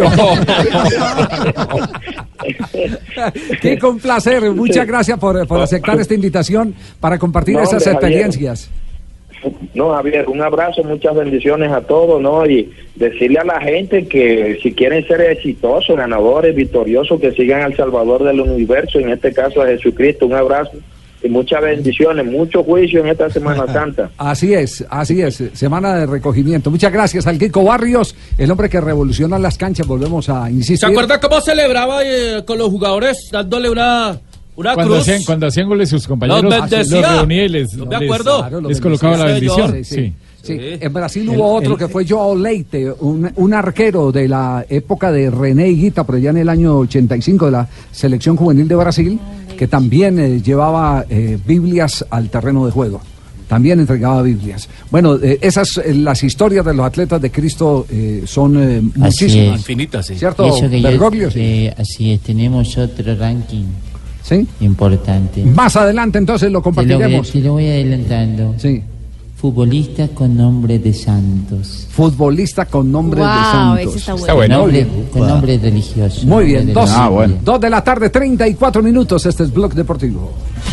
Kiko, un placer. Muchas gracias por aceptar esta invitación para compartir esas experiencias. No, Javier, un abrazo, muchas bendiciones a todos, ¿no? Y decirle a la gente que si quieren ser exitosos, ganadores, victoriosos, que sigan al Salvador del universo, en este caso a Jesucristo. Un abrazo y muchas bendiciones, mucho juicio en esta Semana Santa. Así es, semana de recogimiento. Muchas gracias al Kiko Barrios, el hombre que revoluciona las canchas. Volvemos a insistir. ¿Se acuerda cómo celebraba con los jugadores dándole una cruz? Cuando hacían goles sus compañeros, los reunía y les colocaba la bendición. Sí. En Brasil hubo otro que fue Joao Leite, un arquero de la época de René Higuita, por allá en el año 85, de la selección juvenil de Brasil, que también llevaba Biblias al terreno de juego. También entregaba Biblias. Bueno, las historias de los atletas de Cristo son muchísimas. Infinitas, sí. ¿Cierto, Bergoglio? Sí. Así es, tenemos otro ranking. ¿Sí? Importante. Más adelante entonces lo compartiremos. Te lo voy adelantando. Sí. Futbolista con nombre de santos. Futbolista con nombre de santos. Está bueno. Con nombre religioso. Muy bien, 2 de la tarde, 34 minutos. Este es Blog Deportivo.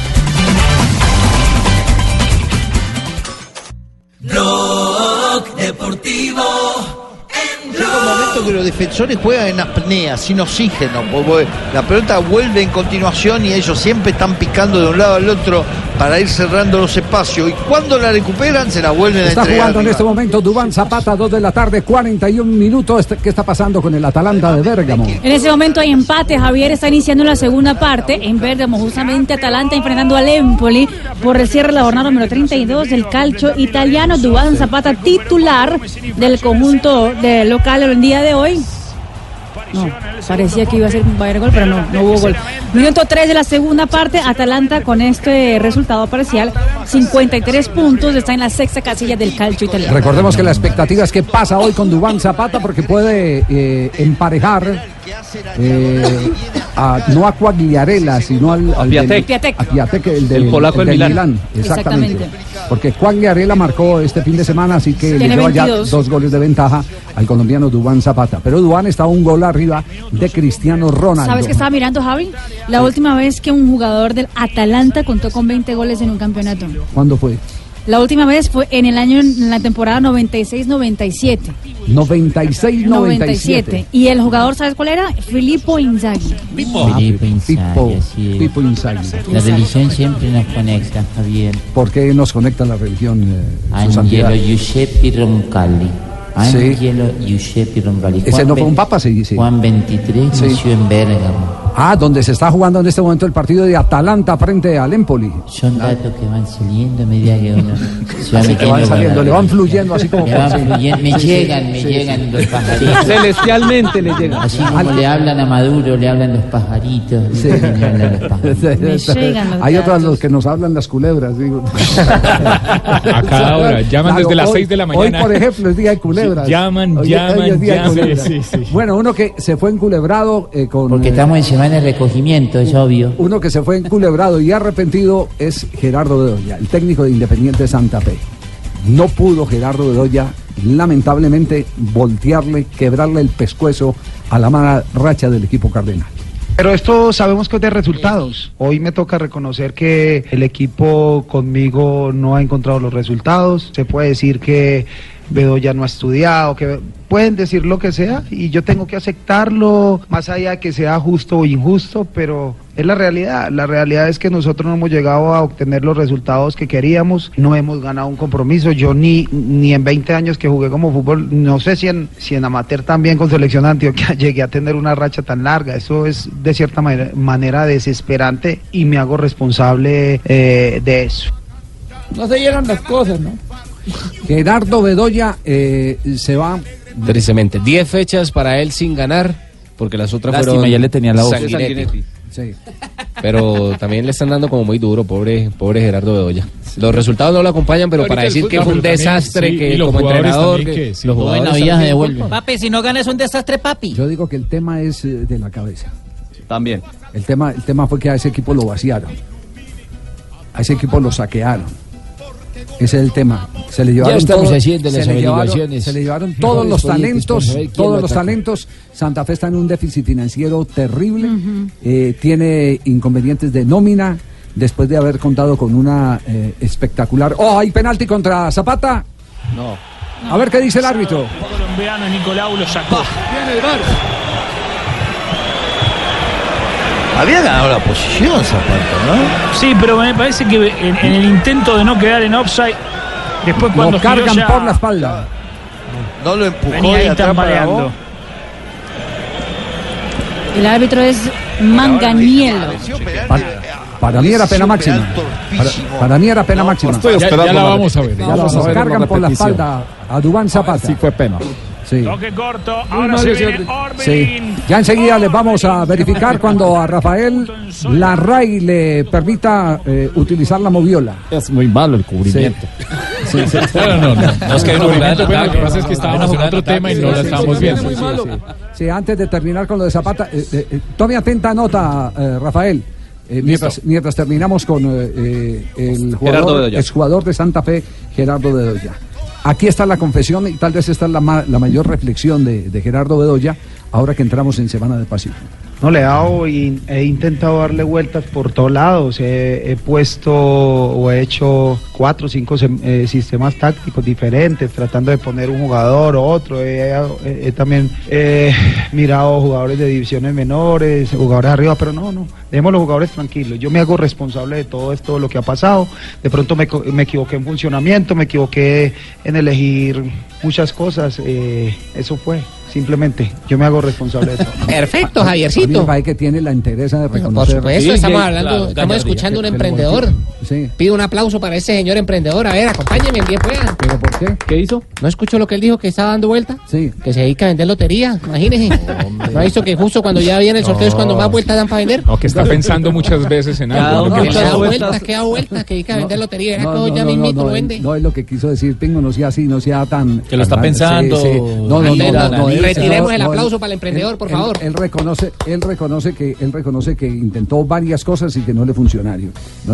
Blog Deportivo. Llega un momento que los defensores juegan en apnea, sin oxígeno, porque la pelota vuelve en continuación y ellos siempre están picando de un lado al otro para ir cerrando los espacios, y cuando la recuperan se la vuelven a entregar. Está jugando en este momento Duván Zapata, 2 de la tarde, 41 minutos. ¿Qué está pasando con el Atalanta de Bérgamo? En ese momento hay empate. Javier está iniciando la segunda parte en Bérgamo, justamente Atalanta enfrentando al Empoli por el cierre de la jornada número 32 del calcio italiano. Duván Zapata, titular del conjunto de local el día de hoy. No, parecía que iba a ser un gol, pero no hubo gol. Minuto 3 de la segunda parte, Atalanta con este resultado parcial, 53 puntos, está en la sexta casilla del calcio italiano. Recordemos que la expectativa es que pasa hoy con Duván Zapata, porque puede emparejar no a Quagliarella, sino a Piatek, el del polaco del Milán. Exactamente. Porque Quagliarella marcó este fin de semana, así que le lleva ya 2 goles de ventaja al colombiano Duván Zapata. Pero Duván está un gol arriba de Cristiano Ronaldo. ¿Sabes qué estaba mirando, Javi? La última vez que un jugador del Atalanta contó con 20 goles en un campeonato. ¿Cuándo fue? La última vez fue en la temporada 96-97. 96-97. Y el jugador, ¿sabes cuál era? Filippo Inzaghi. Filippo Inzaghi. La religión siempre nos conecta, Javier. ¿Por qué nos conecta la religión? Angelo Giuseppe Roncalli. Angelo Giuseppe Roncalli. Ese no fue un papa, sí. Juan 23 nació en Bérgamo. Donde se está jugando en este momento el partido de Atalanta frente al Empoli. Son datos que van saliendo a medida que uno se va así metiendo. Que van saliendo, le van fluyendo así como... Me llegan los pajaritos. Celestialmente le llegan. Así como le hablan a Maduro, le hablan los pajaritos. Sí. Le hablan los pajaritos. Hay otros los que nos hablan las culebras, digo. A cada hora, llaman desde las 6 de la mañana. Hoy, por ejemplo, es día de culebras. Llaman. Sí. Bueno, uno que se fue enculebrado con... Porque estamos en semana de recogimiento, es obvio. Uno que se fue enculebrado y arrepentido es Gerardo Bedoya, el técnico de Independiente Santa Fe. No pudo Gerardo Bedoya, lamentablemente, voltearle, quebrarle el pescuezo a la mala racha del equipo cardenal. Pero esto sabemos que es de resultados. Hoy me toca reconocer que el equipo conmigo no ha encontrado los resultados. Se puede decir que Bedoya no ha estudiado, que pueden decir lo que sea y yo tengo que aceptarlo, más allá de que sea justo o injusto, pero es la realidad. La realidad es que nosotros no hemos llegado a obtener los resultados que queríamos, no hemos ganado un compromiso. Yo ni en 20 años que jugué como fútbol, no sé si en amateur también con Selección de Antioquia llegué a tener una racha tan larga. Eso es de cierta manera desesperante y me hago responsable de eso. No se llegan las cosas, ¿no? Gerardo Bedoya se va. Precisamente, 10 fechas para él sin ganar, porque las otras fueron ya le tenía la voz. Sanguinetti. Sí. Pero también le están dando como muy duro, pobre Gerardo Bedoya. Los resultados no lo acompañan, pero para decir que fue un desastre, sí, que como entrenador, los jugadores vida se devuelven. Papi, si no ganas es un desastre, papi. Yo digo que el tema es de la cabeza. También. El tema fue que a ese equipo lo vaciaron. A ese equipo lo saquearon. Ese es el tema. Se le llevaron se le llevaron todos los talentos. Santa Fe está en un déficit financiero terrible. Tiene inconvenientes de nómina después de haber contado con una espectacular. Hay penalti contra Zapata. No. A ver qué dice el árbitro. El colombiano Nicolau lo sacó. Viene el VAR. Había ganado la posición Zapata, ¿no? Sí, pero me parece que en el intento de no quedar en offside, después cuando lo cargan por la espalda. No lo empujó. Venía ahí tambaleando. El árbitro es Manganiello. Para mí era pena máxima. Para mí era pena máxima. Ya la vamos a ver. Lo cargan por la espalda a Duván Zapata. Sí fue pena. Sí. Toque corto, ahora se viene Orbelín. Sí. Ya enseguida les vamos a verificar cuando a Rafael Larray le permita utilizar la moviola. Es muy malo el cubrimiento. Sí. No es que lo que pasa es que estábamos en otro tema y no lo estábamos viendo. Sí, antes de terminar con lo de Zapata, tome atenta nota, Rafael. Mientras terminamos con el exjugador de Santa Fe, Gerardo Bedoya. Aquí está la confesión y tal vez esta es la mayor reflexión de Gerardo Bedoya ahora que entramos en Semana de Pasión. No, le he dado y he intentado darle vueltas por todos lados. He puesto o he hecho 4 o 5 sistemas tácticos diferentes, tratando de poner un jugador o otro. He también mirado jugadores de divisiones menores, jugadores arriba, pero no. Dejemos los jugadores tranquilos. Yo me hago responsable de todo esto, lo que ha pasado. De pronto me equivoqué en funcionamiento, me equivoqué en elegir muchas cosas. Eso fue. Simplemente, yo me hago responsable de eso. Perfecto, Javiercito. A mí me parece que tiene la interesa de reconocer. Por supuesto, estamos escuchando a un emprendedor. Sí. Pido un aplauso para ese señor emprendedor. A ver, acompáñenme en 10 puedan. ¿Pero por qué? ¿Qué hizo? ¿No escuchó lo que él dijo que estaba dando vuelta? Sí. Que se dedica a vender lotería, imagínese. ¿No ha visto que justo cuando ya viene el sorteo es cuando más vueltas dan para vender? No, que está pensando muchas veces en algo. Que da vueltas, que dedica a vender lotería. Era que ya mismito lo vende. No es lo que quiso decir Pingo, no sea así, no sea tan... Que lo está pensando. Sí. No. Retiremos el aplauso para el emprendedor, por favor. Él reconoce que intentó varias cosas y que no le funcionaron.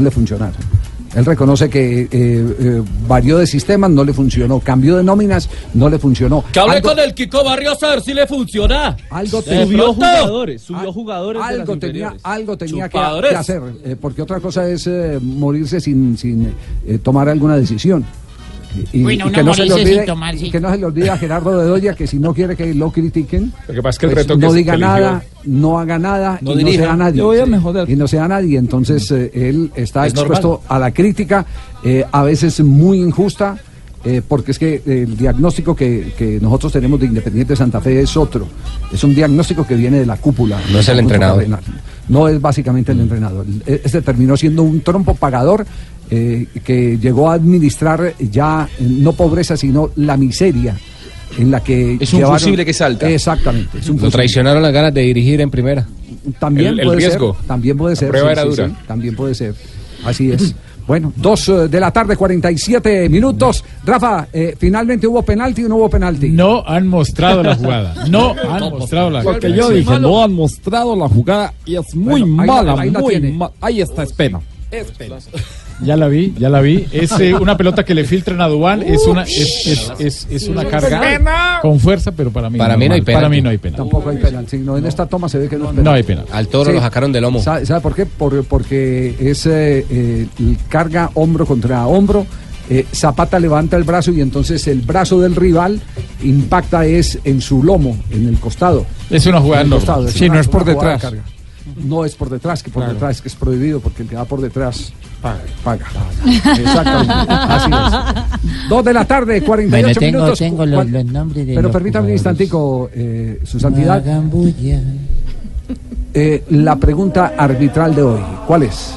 Él reconoce que varió de sistemas, no le funcionó. Cambió de nóminas, no le funcionó. Que hable con el Kiko Barrios a ver si le funciona. Subió jugadores. Algo tenía que hacer. Porque otra cosa es morirse sin tomar alguna decisión. Y que no se le olvide a Gerardo Bedoya que si no quiere que lo critiquen, lo que pasa es que el reto no diga nada, no haga nada y no sea nadie. Y no sea nadie. Entonces él está expuesto a la crítica, a veces muy injusta, porque es que el diagnóstico que nosotros tenemos de Independiente Santa Fe es otro. Es un diagnóstico que viene de la cúpula. No es el entrenador. No es básicamente el entrenador. Este terminó siendo un trompo pagador que llegó a administrar ya no pobreza, sino la miseria en la que es un fusible que salta. Exactamente. Lo traicionaron las ganas de dirigir en primera. También el puede riesgo. ser. También puede ser. La prueba era dura. Sí, también puede ser. Así es. Bueno, 2 de la tarde, 47 minutos. Rafa, ¿finalmente hubo penalti o no hubo penalti? No han mostrado la jugada. No han mostrado la jugada. Porque yo dije, no han mostrado la jugada y es muy mala, muy mala. Ahí está, es pena. Es pena. Ya la vi. Es una pelota que le filtran a Duván. Es una carga con fuerza, pero para mí no hay penal. Para mí no hay penal. Tampoco hay penal. Sí, no, en esta toma se ve que no hay penal. No hay penal. Al Toro lo sacaron del lomo. ¿Sabe por qué? Porque es carga hombro contra hombro. Zapata levanta el brazo y entonces el brazo del rival impacta en su lomo, en el costado. Es una jugada normal. Sí, no es por detrás. No es por detrás, que por detrás que es prohibido, porque el que va por detrás paga. Exactamente, así es. 2 de la tarde, 48 minutos. Tengo los nombres de Pero los permítame un instantico, su santidad. No hagan bulla. La pregunta arbitral de hoy, ¿cuál es?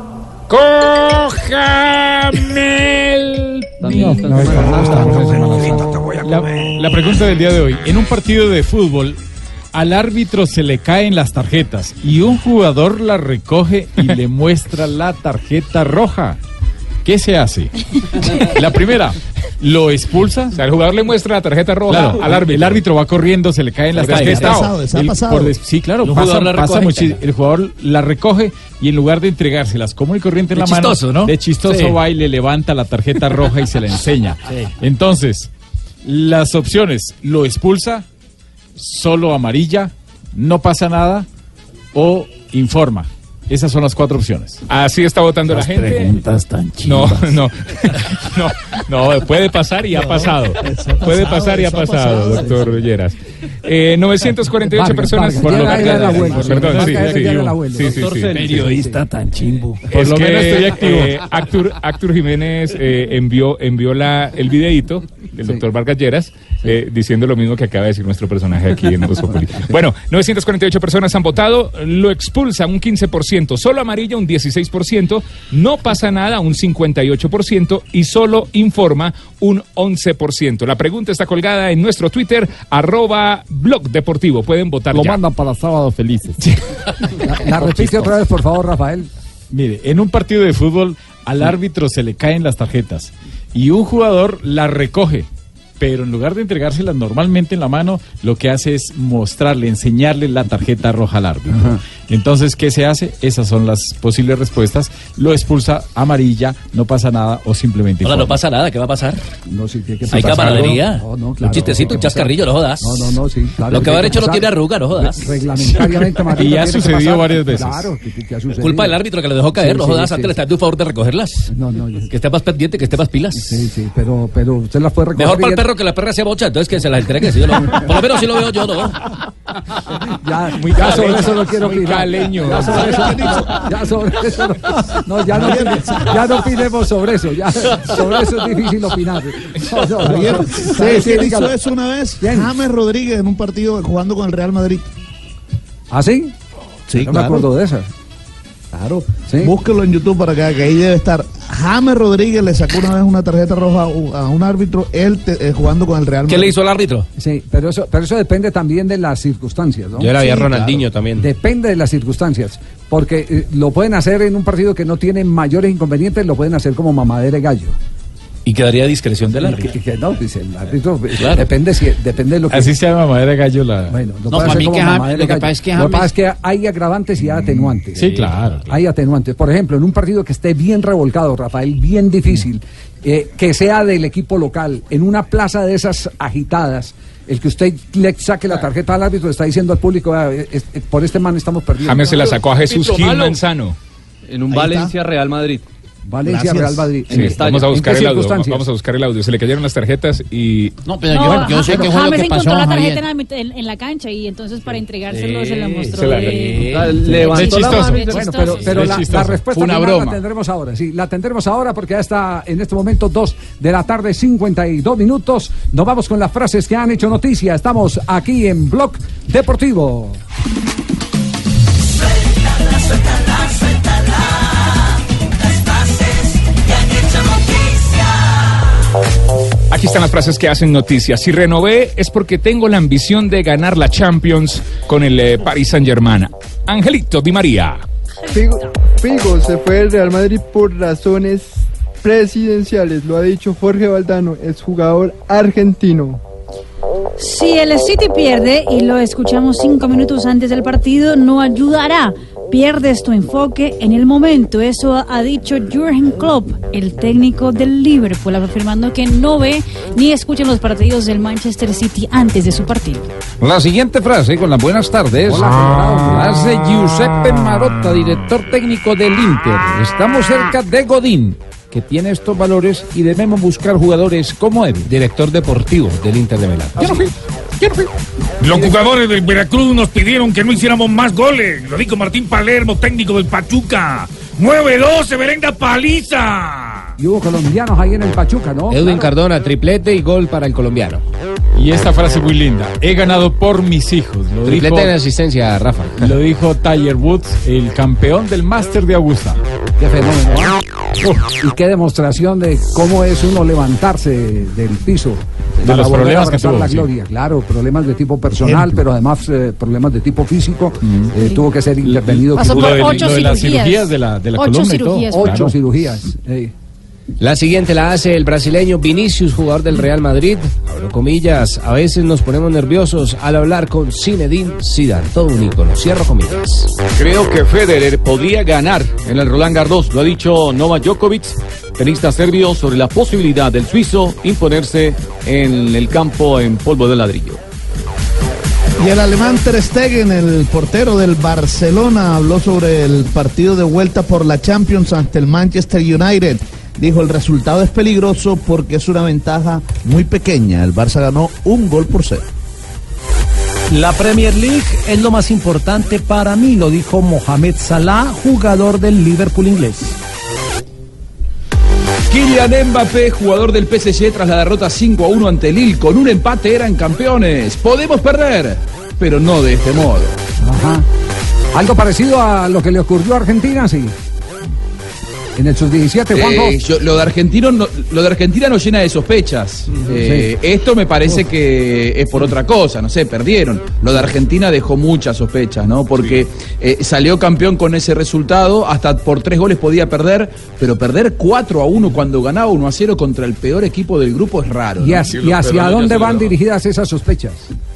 ¡Cójame el... La pregunta del día de hoy. En un partido de fútbol, al árbitro se le caen las tarjetas y un jugador la recoge y le muestra la tarjeta roja. ¿Qué se hace? La primera, lo expulsa. O sea, el jugador le muestra la tarjeta roja al árbitro. El árbitro va corriendo, se le caen las tarjetas. ¿Ha pasado? Sí, claro, pasa muchísimo. El jugador la recoge y en lugar de entregárselas común y corriente en la mano, ¿no? de chistoso va y le levanta la tarjeta roja y se la enseña. Sí. Entonces, las opciones, lo expulsa, solo amarilla, no pasa nada o informa. Esas son las 4 opciones. Así está votando la gente. Preguntas tan chivas. No, puede pasar y ha pasado. Puede pasar y ha pasado, doctor Lleras. 948 personas. Por lo perdón, sí. Periodista tan chimbo. Por lo menos estoy activo. Actur Jiménez envió el videíto del doctor Vargas Lleras diciendo lo mismo que acaba de decir nuestro personaje aquí en Voz Populi. Bueno, 948 personas han votado, lo expulsan un 15%, solo amarilla un 16%, no pasa nada un 58% y solo informa un 11%. La pregunta está colgada en nuestro Twitter, @Blog Deportivo. Pueden votar Lo ya. mandan para Sábados Felices. La repite otra vez, por favor, Rafael. Mire, en un partido de fútbol al árbitro se le caen las tarjetas y un jugador las recoge, pero en lugar de entregárselas normalmente en la mano, lo que hace es mostrarle, enseñarle la tarjeta roja al árbitro. Ajá. Entonces, ¿qué se hace? Esas son las posibles respuestas. Lo expulsa, amarilla, no pasa nada o simplemente... Hola, no pasa nada, ¿qué va a pasar? No, sí, ¿qué hay camaradería. No, claro, un chistecito, un chascarrillo, no jodas. No, sí, claro. Lo que va a haber hecho no tiene arruga, no jodas. Reglamentariamente, Marito, y ha sucedido varias veces. Claro, que ha sucedido. Culpa del árbitro que le dejó caer, no jodas, antes le está dando un favor de recogerlas. No. Que esté más pendiente, que esté más pilas. Sí, pero usted las puede recoger. Mejor para el perro que la perra sea bocha, entonces que se las entregue, si yo no. Por lo menos si lo veo yo, ¿no? Ya sobre eso no quiero opinar. Caleño. Ya sobre eso ya no opinemos sobre eso. Ya sobre eso es difícil opinar. ¿Quién hizo eso una vez? James Rodríguez en un partido jugando con el Real Madrid. ¿Ah, sí? Sí, no me acuerdo de esa. Claro, ¿sí? Búsquelo en YouTube para que ahí debe estar. James Rodríguez le sacó una vez una tarjeta roja a un árbitro, él jugando con el Real Madrid. ¿Qué le hizo al árbitro? Sí, pero eso depende también de las circunstancias, ¿no? Yo era Ronaldinho también. Depende de las circunstancias, porque lo pueden hacer en un partido que no tiene mayores inconvenientes, lo pueden hacer como mamadera de gallo. Y quedaría a discreción del árbitro. No, dice el árbitro, claro. depende de lo que... Así se llama madera de gallo la... Bueno, lo que pasa es que hay agravantes y hay atenuantes. Sí, claro. Hay atenuantes. Por ejemplo, en un partido que esté bien revolcado, Rafael, bien difícil, que sea del equipo local, en una plaza de esas agitadas, el que usted le saque la tarjeta al árbitro está diciendo al público, por este man estamos perdiendo. James se la sacó a Jesús Gil Manzano. En un Valencia Real Madrid. Valencia, Gracias. Real Madrid. Sí, vamos a buscar ¿En qué el audio. circunstancias? Vamos a buscar el audio. Se le cayeron las tarjetas y. No, pero yo sé qué fue lo James que pasó, encontró la tarjeta Javier. en la cancha y entonces para entregárselo se la mostró. se la- Levantó la mano. Bueno, pero la respuesta Fue una final broma. la tendremos ahora. Sí, la tendremos ahora porque ya está en este momento 2 de la tarde, 52 minutos. Nos vamos con las frases que han hecho noticia. Estamos aquí en Blog Deportivo. Suéltala, suéltala, suéltala. Las frases que han hecho noticia. Aquí están las frases que hacen noticia. Si renové es porque tengo la ambición de ganar la Champions con el Paris Saint-Germain. Angelito Di María. Figo se fue del Real Madrid por razones presidenciales, lo ha dicho Jorge Valdano, exjugador argentino. Si el City pierde, y lo escuchamos 5 minutos antes del partido, no ayudará. Pierdes tu enfoque en el momento. Eso ha dicho Jürgen Klopp, el técnico del Liverpool, afirmando que no ve ni escucha los partidos del Manchester City antes de su partido. La siguiente frase, con las buenas tardes, la hace Giuseppe Marotta, director técnico del Inter. Estamos cerca de Godín, que tiene estos valores y debemos buscar jugadores como él. Director deportivo del Inter de Milán. Los jugadores del Veracruz nos pidieron que no hiciéramos más goles. Lo dijo Martín Palermo, técnico del Pachuca. 9-12, merenda paliza. Y hubo colombianos ahí en el Pachuca, ¿no? Edwin Cardona, triplete y gol para el colombiano. Y esta frase muy linda. He ganado por mis hijos. Lo Triplete dijo, en asistencia, Rafa. lo dijo Tiger Woods, el campeón del Máster de Augusta. Qué fenómeno. Y qué demostración de cómo es uno levantarse del piso. De para los volver a problemas que abrazar tuvo, la sí. gloria. Claro, problemas de tipo personal, Ejemplo. pero además problemas de tipo físico. Tuvo que ser intervenido. Pasó por 8 lo de las cirugías. cirugías de la 8 columna y todo. cirugías. 8 Claro. cirugías. La siguiente la hace el brasileño Vinicius, jugador del Real Madrid. Abro comillas, a veces nos ponemos nerviosos al hablar con Zinedine Zidane, todo un ícono. Cierro comillas. Creo que Federer podría ganar en el Roland Garros, lo ha dicho Novak Djokovic, tenista serbio, sobre la posibilidad del suizo imponerse en el campo en polvo de ladrillo. Y el alemán Ter Stegen, el portero del Barcelona, habló sobre el partido de vuelta por la Champions ante el Manchester United. Dijo, el resultado es peligroso porque es una ventaja muy pequeña. El Barça ganó 1-0. La Premier League es lo más importante para mí, lo dijo Mohamed Salah, jugador del Liverpool inglés. Kylian Mbappé, jugador del PSG, tras la derrota 5-1 ante Lille. Con un empate eran campeones. Podemos perder, pero no de este modo. Ajá. Algo parecido a lo que le ocurrió a Argentina, sí. En el sub-17, Juanjo. Lo de Argentina nos llena de sospechas. Esto me parece que es por otra cosa, no sé, perdieron. Lo de Argentina dejó muchas sospechas, ¿no? Porque salió campeón con ese resultado, hasta por 3 goles podía perder, pero perder 4-1 cuando ganaba 1-0 contra el peor equipo del grupo es raro. ¿Y ¿no? hacia dónde van dirigidas esas sospechas?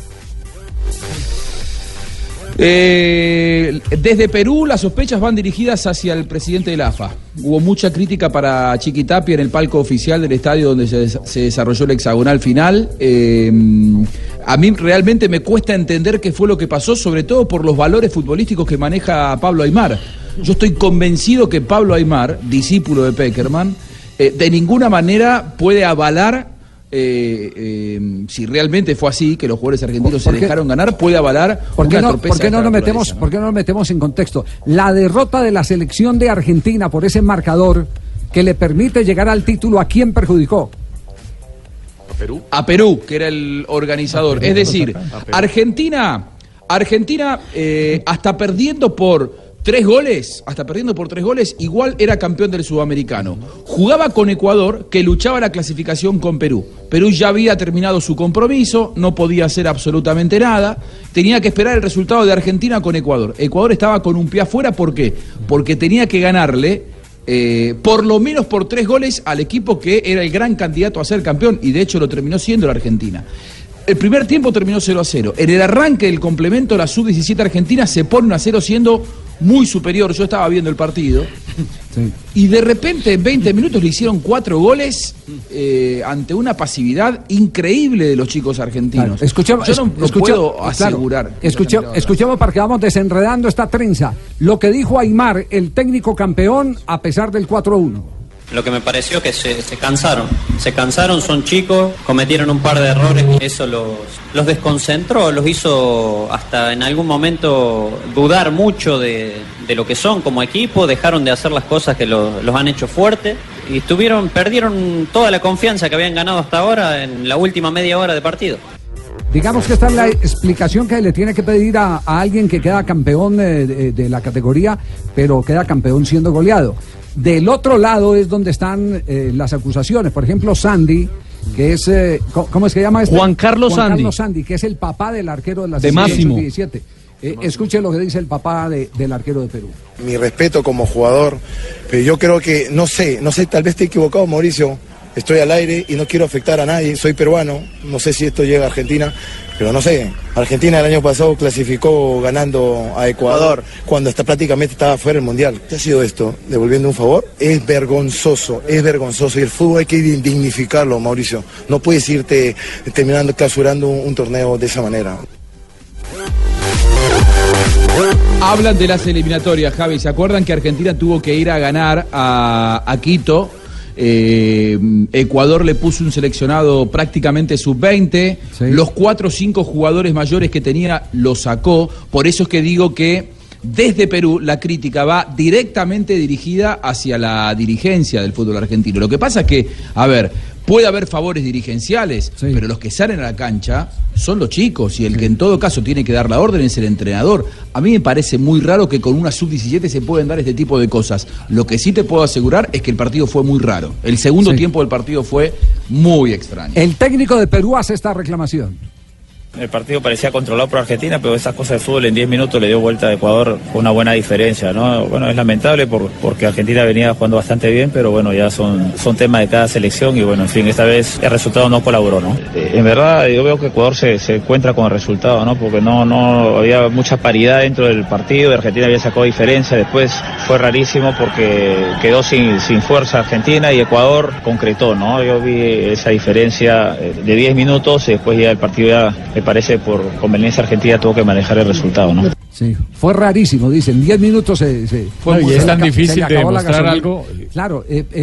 Desde Perú las sospechas van dirigidas hacia el presidente de la AFA. Hubo mucha crítica para Chiquitapia en el palco oficial del estadio donde se desarrolló el hexagonal final. A mí realmente me cuesta entender qué fue lo que pasó, sobre todo por los valores futbolísticos que maneja Pablo Aimar. Yo estoy convencido que Pablo Aimar, discípulo de Pekerman, de ninguna manera puede avalar, si realmente fue así, que los jugadores argentinos se dejaron ganar, puede avalar una torpeza. ¿Por qué no nos metemos en contexto? La derrota de la selección de Argentina por ese marcador que le permite llegar al título, ¿a quién perjudicó? A Perú, que era el organizador. Es decir, Argentina, hasta perdiendo por 3 goles, igual era campeón del Sudamericano. Jugaba con Ecuador, que luchaba la clasificación con Perú. Perú ya había terminado su compromiso, no podía hacer absolutamente nada. Tenía que esperar el resultado de Argentina con Ecuador. Ecuador estaba con un pie afuera, ¿por qué? Porque tenía que ganarle por lo menos por 3 goles al equipo que era el gran candidato a ser campeón, y de hecho lo terminó siendo la Argentina. El primer tiempo terminó 0-0. En el arranque del complemento, la sub-17 argentina se pone 1-0 siendo muy superior. Yo estaba viendo el partido. Sí. Y de repente en 20 minutos le hicieron 4 goles ante una pasividad increíble de los chicos argentinos. Claro, yo no puedo asegurar. Escuchemos para que vamos desenredando esta trenza. Lo que dijo Aimar, el técnico campeón, a pesar del 4-1. Lo que me pareció que se cansaron, son chicos, cometieron un par de errores, eso los desconcentró, los hizo hasta en algún momento dudar mucho de lo que son como equipo, dejaron de hacer las cosas que los han hecho fuertes y perdieron toda la confianza que habían ganado hasta ahora en la última media hora de partido. Digamos que esta es la explicación que le tiene que pedir a alguien que queda campeón de la categoría, pero queda campeón siendo goleado. Del otro lado es donde están las acusaciones. Por ejemplo, Sandy, que es... ¿cómo es que llama este? Juan Carlos Sandy, que es el papá del arquero de la de Máximo 17. Escuche lo que dice el papá del arquero de Perú. Mi respeto como jugador, pero yo creo que, no sé, tal vez esté equivocado, Mauricio. Estoy al aire y no quiero afectar a nadie, soy peruano, no sé si esto llega a Argentina, pero no sé. Argentina el año pasado clasificó ganando a Ecuador cuando prácticamente estaba fuera del Mundial. ¿Qué ha sido esto? ¿Devolviendo un favor? Es vergonzoso y el fútbol hay que dignificarlo, Mauricio. No puedes irte terminando, clausurando un torneo de esa manera. Hablan de las eliminatorias, Javi. ¿Se acuerdan que Argentina tuvo que ir a ganar a Quito? Ecuador le puso un seleccionado prácticamente sub-20, sí. Los 4 o 5 jugadores mayores que tenía los sacó, por eso es que digo que desde Perú la crítica va directamente dirigida hacia la dirigencia del fútbol argentino. Lo que pasa es que, puede haber favores dirigenciales, sí, pero los que salen a la cancha son los chicos y el que en todo caso tiene que dar la orden es el entrenador. A mí me parece muy raro que con una sub-17 se pueden dar este tipo de cosas. Lo que sí te puedo asegurar es que el partido fue muy raro. El segundo tiempo del partido fue muy extraño. El técnico de Perú hace esta reclamación. El partido parecía controlado por Argentina, pero esas cosas de fútbol en 10 minutos le dio vuelta a Ecuador con una buena diferencia, ¿no? Bueno, es lamentable porque Argentina venía jugando bastante bien, pero bueno, ya son temas de cada selección y bueno, en fin, esta vez el resultado no colaboró, ¿no? En verdad, yo veo que Ecuador se encuentra con el resultado, ¿no? Porque no había mucha paridad dentro del partido, Argentina había sacado diferencia, después fue rarísimo porque quedó sin fuerza Argentina y Ecuador concretó, ¿no? Yo vi esa diferencia de 10 minutos y después ya el partido ya... Me parece por conveniencia Argentina tuvo que manejar el resultado, ¿no? Sí, fue rarísimo, dicen. 10 minutos fue y es tan difícil de demostrar algo. Claro,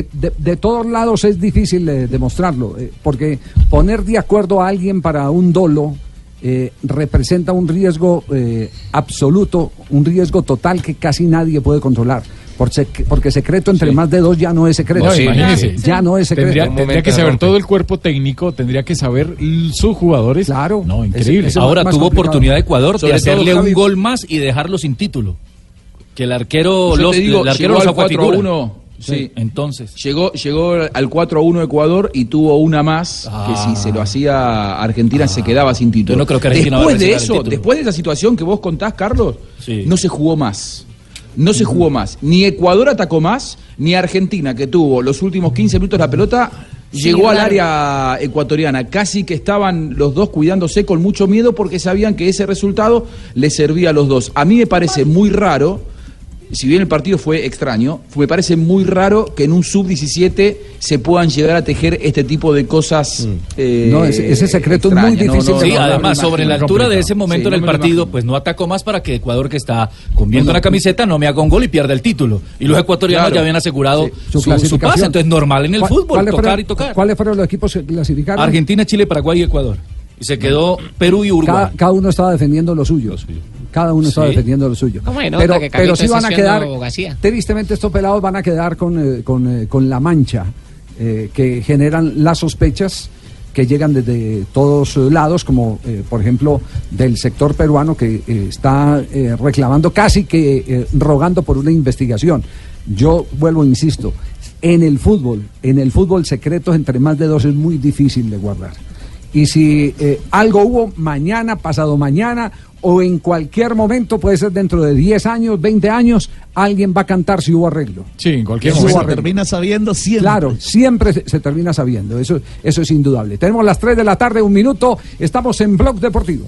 de todos lados es difícil demostrarlo, porque poner de acuerdo a alguien para un dolo representa un riesgo absoluto, un riesgo total que casi nadie puede controlar. Porque secreto entre más de 2 ya no es secreto. No, imagínese. Ya no es secreto. Tendría que saber todo el cuerpo técnico, tendría que saber sus jugadores. Claro. No, increíble. Ahora tuvo oportunidad Ecuador de hacerle un gol más y dejarlo sin título. Que el arquero lo sacó a 4-1. Sí, entonces. Llegó al 4-1 Ecuador y tuvo una más que si se lo hacía Argentina se quedaba sin título. Yo no creo que Argentina después de eso, después de esa situación que vos contás, Carlos, no se jugó más. No se jugó más. Ni Ecuador atacó más, ni Argentina, que tuvo los últimos 15 minutos la pelota, llegó al área ecuatoriana. Casi que estaban los dos cuidándose con mucho miedo porque sabían que ese resultado les servía a los dos. A mí me parece muy raro, si bien el partido fue extraño, me parece muy raro que en un sub-17 se puedan llegar a tejer este tipo de cosas. No, ese secreto es muy difícil. Sí, además, sobre la altura de ese momento en el partido, pues no atacó más para que Ecuador, que está con viento en la camiseta, no me haga un gol y pierda el título. Y los ecuatorianos ya habían asegurado su pase, entonces normal en el fútbol, tocar y tocar. ¿Cuáles fueron los equipos que clasificaron? Argentina, Chile, Paraguay y Ecuador. Y se quedó Perú y Uruguay. Cada uno estaba defendiendo lo suyo. Cada uno estaba defendiendo lo suyo. Pero sí van a quedar, tristemente estos pelados van a quedar con la mancha que generan las sospechas que llegan desde todos lados, como por ejemplo del sector peruano que está reclamando, casi que rogando por una investigación. Yo vuelvo, insisto, en el fútbol secretos entre más de 2 es muy difícil de guardar. Y si algo hubo mañana, pasado mañana o en cualquier momento, puede ser dentro de 10 años, 20 años, alguien va a cantar si hubo arreglo. Sí, en cualquier momento. Se termina sabiendo siempre. Claro, siempre se termina sabiendo, eso es indudable. Tenemos las 3 de la tarde, 1 minuto, estamos en Blog Deportivo.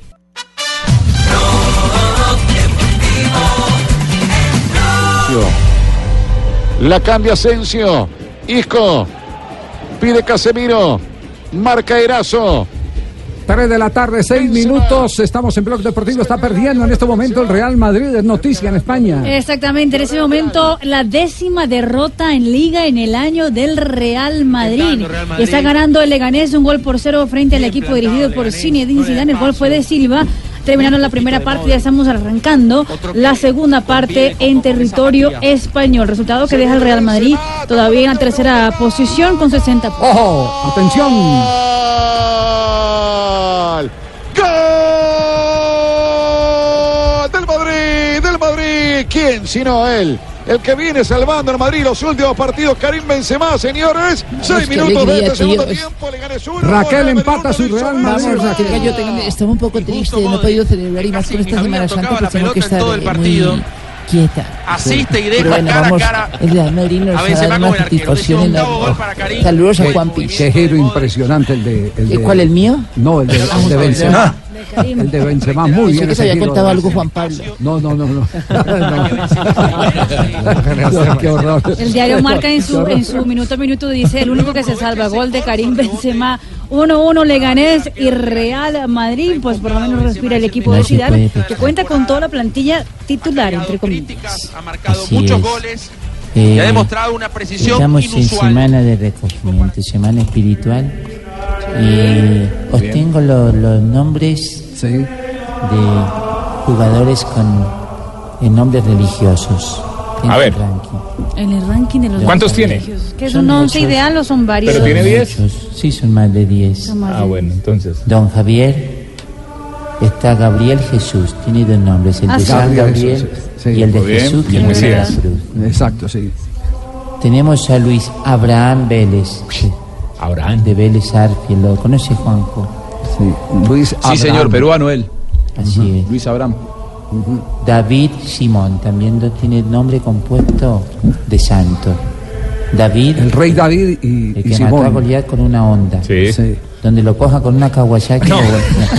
La cambia Asensio, Isco, pide Casemiro, marca Erazo. 3 de la tarde, 6 minutos. Estamos en Blog Deportivo. Está perdiendo en este momento el Real Madrid. Es noticia en España. Exactamente. En ese momento, la 10ª derrota en Liga en el año del Real Madrid. Y está ganando el Leganés 1-0 frente al equipo dirigido por Zinedine Zidane. El gol fue de Silva. Terminaron la primera parte, ya estamos arrancando la segunda parte en territorio español. Resultado que deja al Real Madrid todavía en la tercera posición con 60 puntos. ¡Ojo! ¡Atención! ¡Gol! ¡Del Madrid! ¿Quién sino él? El que viene salvando al Madrid los últimos partidos, Karim Benzema, señores. 6 minutos de este segundo tiempo. Raquel empata su Real Madrid. Vamos, Raquel, yo estaba un poco triste, no he podido celebrar y más con esta Semana Santa que tengo que estar muy quieta. Asiste y deja pero bueno, cara vamos, a cara. el Real Madrid nos ha dado una satisfacción enorme. Saludos a Juan Piz. Qué giro impresionante el de... ¿Cuál, el mío? No, el de Benzema. El de Benzema, muy bien. Pensé que se había contado algo Juan Pablo. No. Qué horror. El diario Marca en su minuto a minuto dice: el único que se salva, gol de Karim Benzema. 1-1 Leganés y Real Madrid. Pues por lo menos respira el equipo de Zidane, que cuenta con toda la plantilla titular, entre comillas. Ha marcado muchos goles y ha demostrado una precisión estamos inusual. en semana de recogimiento, semana espiritual. Os tengo los nombres de jugadores con nombres religiosos. A ver. En el ranking de los ¿Cuántos tiene? ¿Que son 11 ideal o son varios? ¿Pero tiene 10? Sí, son más de 10. Bueno, entonces. Don Javier, está Gabriel Jesús, tiene dos nombres, el de San Gabriel y el de Jesús, y el Mesías. Cruz. Exacto, sí. Tenemos a Luis Abraham Vélez. Abraham. De Vélez Arfield, ¿lo conoce Juanjo? Sí, Luis Abraham. Sí, señor, peruano él. Así es. Luis Abraham. David Simón, también tiene nombre compuesto de santo. David, el rey David y el que Simón. mató a Goliat con una onda. Sí. Donde lo coja con una Kawasaki. No.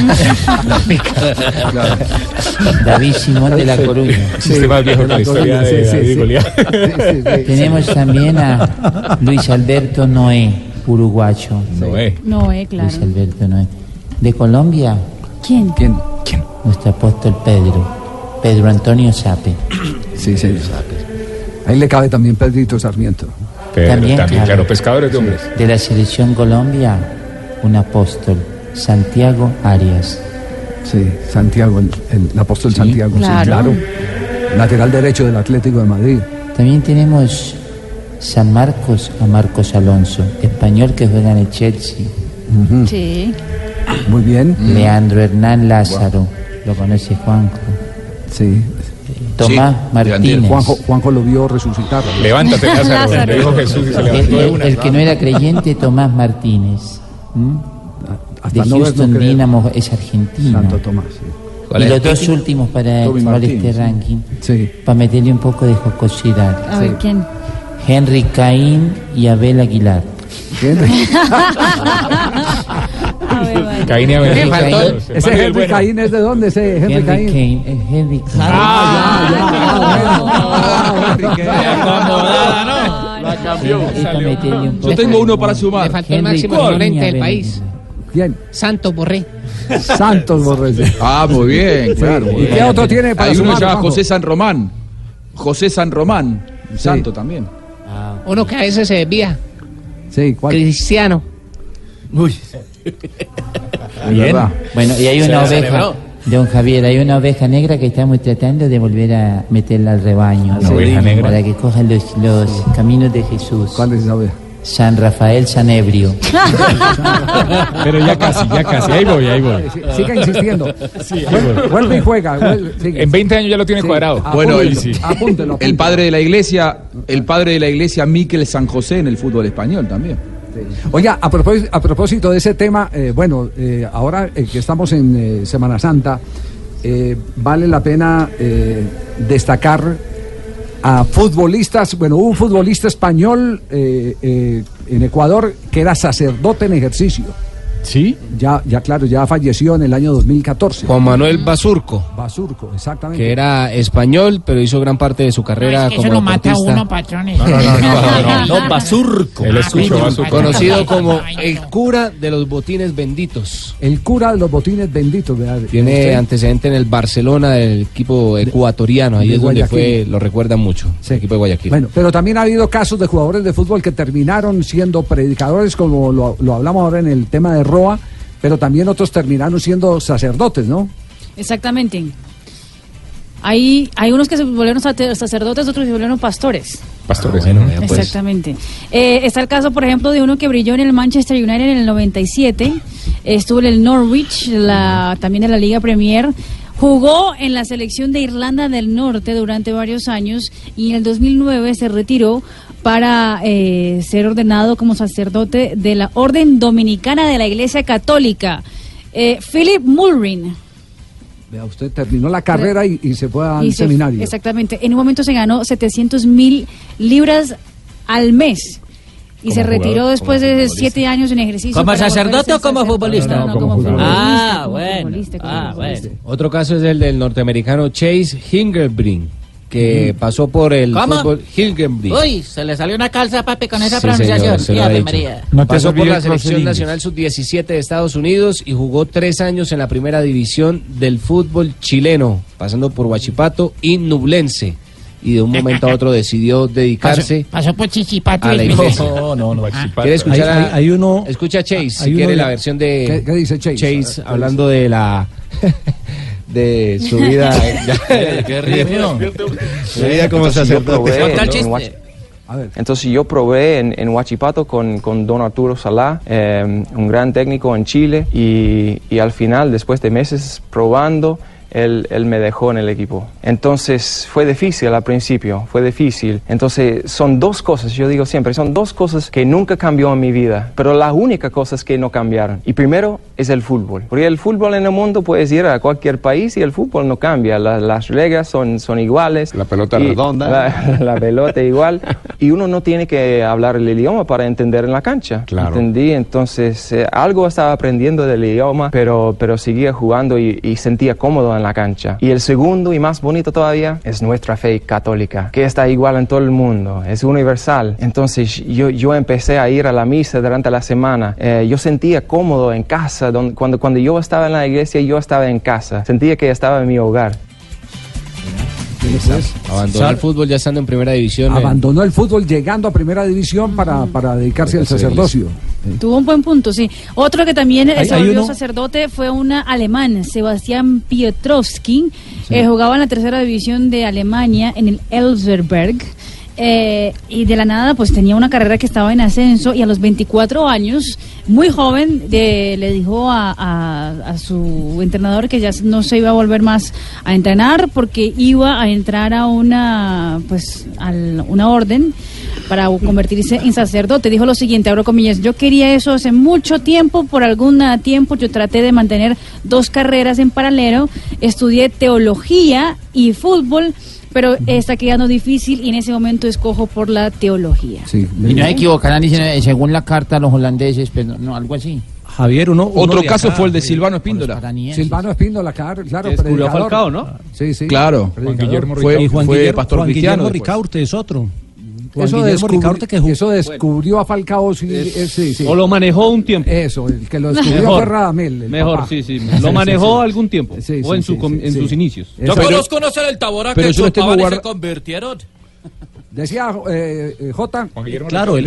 David Simón de La Coruña. Sistema viejo con la historia de David y Goliat. Tenemos también a Luis Alberto Noé, uruguayo. Noé, claro. Luis Alberto Noé. De Colombia. ¿Quién? Nuestro apóstol Pedro Antonio Sape. Sí. Ahí le cabe también Pedrito Sarmiento. También claro, pescadores de hombres. De la selección Colombia, un apóstol, Santiago Arias. Sí, Santiago, el apóstol Santiago, claro. Sí, claro. Lateral derecho del Atlético de Madrid. También tenemos San Marcos a Marcos Alonso, español que juega en el Chelsea. Sí. Muy bien. Leandro Hernán Lázaro, lo conoce Juanjo. Sí. Tomás Martínez. Juanjo lo vio resucitar. Levántate, Lázaro. Le dijo Jesús y se levantó de una. El que no era creyente, Tomás Martínez. De Houston Dynamo, es argentino. Santo Tomás. Y los dos últimos para este ranking, para meterle un poco de jocosidad. A ver, ¿quién? Henry Caín y Abel Aguilar. Caín y Abel. ¿Ese Henry Caín es de dónde? Ese Henry Caín. Henry Caín. La cambió. Yo tengo uno para sumar. Le faltó el máximo exponente del país. ¿Quién? Santos Borré. Santos Borré. Muy bien, claro. ¿Y qué otro tiene para Hay uno sumar, ya, Juanjo? José San Román. José San Román. Santo también. Uno que a veces se desvía. Sí, ¿cuál? Cristiano. Uy. Bien. Bueno, y hay una oveja, don Javier, hay una oveja negra que estamos tratando de volver a meterla al rebaño. ¿Una oveja negra? Para que coja los caminos de Jesús. ¿Cuál es esa oveja? San Rafael Sanebrio. Pero ya casi, ahí voy. Siga insistiendo. Vuelve y juega. En 20 años ya lo tiene cuadrado. Bueno, Apúntelo. el padre de la iglesia, Miquel San José en el fútbol español también. Oiga, a propósito de ese tema, ahora que estamos en Semana Santa, vale la pena destacar a futbolistas. Bueno, hubo un futbolista español en Ecuador que era sacerdote en ejercicio. ¿Sí? Ya claro, ya falleció en el año 2014. Juan Manuel Basurco. Basurco, exactamente. Que era español, pero hizo gran parte de su carrera No, es que como eso lo mata deportista. uno, patrones. No, Basurco. Él escuchó Basurco. Conocido como el cura de los botines benditos. El cura de los botines benditos. ¿Verdad? Tiene antecedente en el Barcelona del equipo ecuatoriano. Ahí de es donde Guayaquil. lo recuerdan mucho. Sí. El equipo de Guayaquil. Bueno, pero también ha habido casos de jugadores de fútbol que terminaron siendo predicadores, como lo hablamos ahora en el tema de Roa, pero también otros terminaron siendo sacerdotes, ¿no? Exactamente. Hay unos que se volvieron sacerdotes, otros se volvieron pastores. Pastores. Pues. Exactamente. Está el caso, por ejemplo, de uno que brilló en el Manchester United en el 97, estuvo en el Norwich, también en la Liga Premier, jugó en la selección de Irlanda del Norte durante varios años y en el 2009 se retiró para ser ordenado como sacerdote de la Orden Dominicana de la Iglesia Católica. Philip Mulrin. Vea, usted terminó la carrera y se fue al Y seminario. Exactamente. En un momento se ganó 700,000 libras al mes. Y se retiró después de 7 años en ejercicio. ¿Como para sacerdote volver a o como ser futbolista? No, como futbolista. Bueno. Otro caso es el del norteamericano Chase Hilgenbrink, que pasó por el ¿Cómo? fútbol. Hilgenbrink. Uy, se le salió una calza, papi, con esa Sí, pronunciación. señor, se lo Sí, ha Ave dicho. María. Pasó por la olvides selección los nacional sub-17 de Estados Unidos y jugó 3 años en la primera división del fútbol chileno, pasando por Huachipato y Nublense. Y de un momento a otro decidió dedicarse Pasó por Chichipato. a la iglesia. No, ¿Quiere escuchar? Hay uno. Escucha a Chase, si hay quiere uno- la versión de. ¿Qué dice Chase? Chase hablando de la. de su vida. Qué río. Su vida como sacerdote. Entonces yo probé en Huachipato con don Arturo Salá, un gran técnico en Chile, y al final, después de meses probando, él me dejó en el equipo. Entonces fue difícil al principio, fue difícil. Entonces son dos cosas, yo digo siempre, son dos cosas que nunca cambió en mi vida, pero las únicas cosas que no cambiaron. Y primero es el fútbol, porque el fútbol en el mundo puedes ir a cualquier país y el fútbol no cambia, las reglas son iguales. La pelota redonda. La pelota igual, y uno no tiene que hablar el idioma para entender en la cancha. Claro. ¿Entendí? Entonces algo estaba aprendiendo del idioma, pero seguía jugando y sentía cómodo en la cancha. Y el segundo y más bonito todavía es nuestra fe católica, que está igual en todo el mundo, es universal. Entonces yo empecé a ir a la misa durante la semana. Yo sentía cómodo en casa, cuando yo estaba en la iglesia, yo estaba en casa, sentía que estaba en mi hogar. Abandonó el fútbol ya estando en primera división. Abandonó el fútbol llegando a primera división para dedicarse al sacerdocio. Tuvo un buen punto, sí. Otro que también se hay volvió uno- sacerdote fue un alemán, Sebastián Piotrowski, jugaba en la tercera división de Alemania, en el Elversberg. Y de la nada pues tenía una carrera que estaba en ascenso y a los 24 años, muy joven, le dijo a su entrenador que ya no se iba a volver más a entrenar porque iba a entrar a una orden para convertirse en sacerdote. Dijo lo siguiente, abro comillas: yo quería eso hace mucho tiempo, por algún tiempo yo traté de mantener 2 carreras en paralelo, estudié teología y fútbol, pero está quedando difícil y en ese momento escojo por la teología. Y no se equivocarán, dicen, según la carta a los holandeses, pero no, algo así. Javier, Otro caso fue el de Silvano Espíndola. Silvano Espíndola, claro, Descubrió a predicador. Falcao, ¿no? Sí, sí. Claro. Predicador. Fue pastor Juan cristiano. Guillermo después. Ricaurte es otro. Juan Eso Guillermo Ricaurte que jugó. eso descubrió a Falcao, sí. O lo manejó un tiempo. Eso, el que lo descubrió Mejor. fue Radamel. el Mejor, papá. sí. Lo manejó algún tiempo. Sí, o en sí, en sí. sus inicios. Yo conozco no ser el Taborá pero que yo les tengo chupaban y se guarda- convirtieron. Decía J. Claro,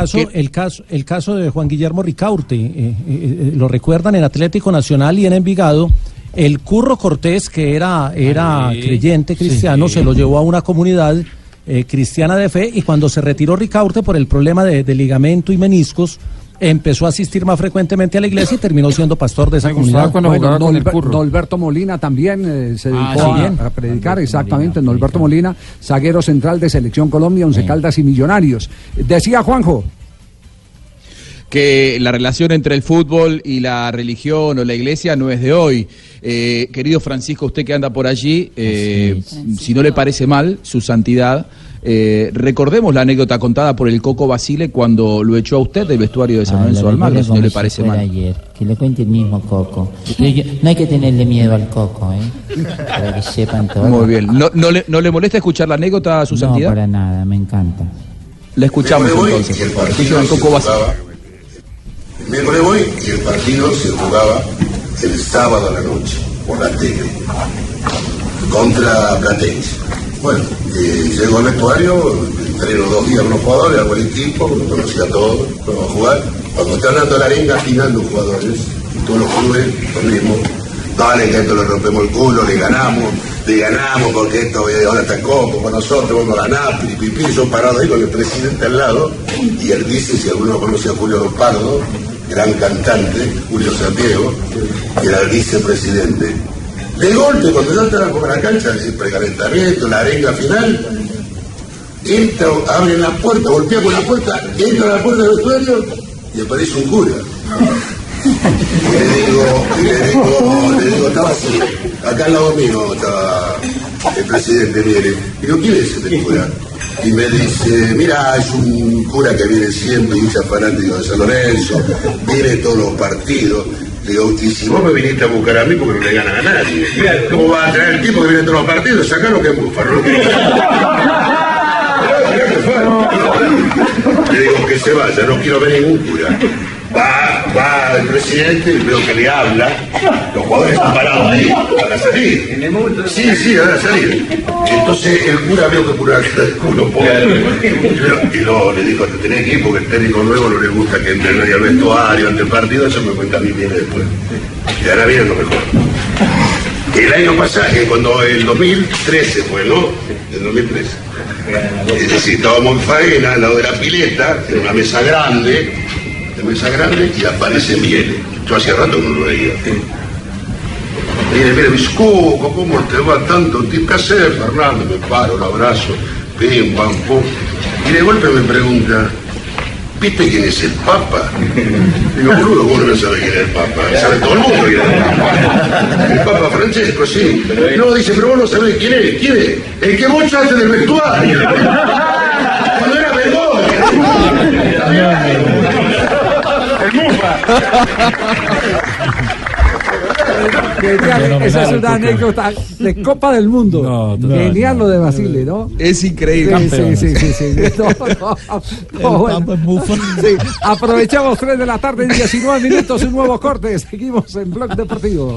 el caso de Juan Guillermo Ricaurte, lo recuerdan en Atlético Nacional y en Envigado. El Curro Cortés, que era creyente cristiano, se lo llevó a una comunidad cristiana de fe, y cuando se retiró Ricaurte por el problema de ligamento y meniscos, empezó a asistir más frecuentemente a la iglesia y terminó siendo pastor de esa comunidad. Bueno, Norberto Molina también se dedicó a predicar, exactamente. Norberto Molina, zaguero central de Selección Colombia, Once Caldas y Millonarios. Decía Juanjo que la relación entre el fútbol y la religión o la iglesia no es de hoy. Querido Francisco, usted que anda por allí, si no le parece mal, su santidad, Recordemos la anécdota contada por el Coco Basile cuando lo echó a usted del vestuario de San Lorenzo de Almagro, si no le parece mal. Ayer. Que lo cuente el mismo Coco. No hay que tenerle miedo al Coco, para que sepan todo. Muy bien. ¿No le molesta escuchar la anécdota a su santidad? No, para nada, me encanta. La escuchamos entonces, por favor. Escuchen al Coco Basile. Me voy y el partido se jugaba el sábado a la noche, por la tele, contra Platense. Bueno, llego al vestuario, entreno 2 días con los jugadores, hago el equipo, lo conocí a todos, vamos a jugar. Cuando están dando la arenga, final los jugadores, todos los clubes, lo mismo. Dale, que esto le rompemos el culo, le ganamos porque esto ahora está copo con nosotros, vamos a ganar, pipipí, yo parado ahí con el presidente al lado, y él dice, si alguno conoce a Julio Lompardo, gran cantante, Julio Santiago, que era el vicepresidente. De golpe, cuando ya estaban como en la cancha, el precalentamiento, la arenga final, entra, abren la puerta, golpea con la puerta, entra a la puerta del vestuario y aparece un cura. Y le digo, estaba así, acá al lado mío estaba el presidente, mire. Y digo, ¿quién es este cura? Y me dice, mira, es un cura que viene siempre hincha fanático de San Lorenzo, viene todos los partidos. Digo, y si vos me viniste a buscar a mí porque no le ganan a nadie, ¿cómo va a traer el tipo que viene todos los partidos? Sacalo que es búfalo. Le digo que se vaya, no quiero ver ningún cura. Va el presidente y veo que le habla, los jugadores están parados ahí, van a salir. Sí, van a salir. Entonces el cura veo que pura cara de culo, y luego le dijo, te tenés que ir porque el técnico nuevo no le gusta que entre nadie al vestuario ante el partido, eso me cuenta a mí viene después. Y ahora viene lo mejor. El año pasado, cuando el 2013 fue, ¿no? El 2013. Es decir, estábamos en faena al lado de la pileta, en una mesa grande, y aparece Miele. Yo hacía rato que no lo veía. Mire, Viscoco, ¿cómo te va tanto? ¿Qué hacer, Fernando? Me paro, lo abrazo, pim, pam, pum. Y de golpe me pregunta, ¿viste quién es el Papa? Digo, boludo, vos no sabés quién es el Papa. Sabe todo el mundo quién es el Papa. El Papa Francesco, sí. No, dice, pero vos no sabés quién es. ¿Quién es? El que vos echaste del vestuario. Cuando era Begoña. El Mufa. Esa es una anécdota de Copa del Mundo. Genial lo de Basile, ¿no? Es increíble. Sí. Aprovechamos 3 de la tarde, 19 minutos, un nuevo corte. Seguimos en Blog Deportivo.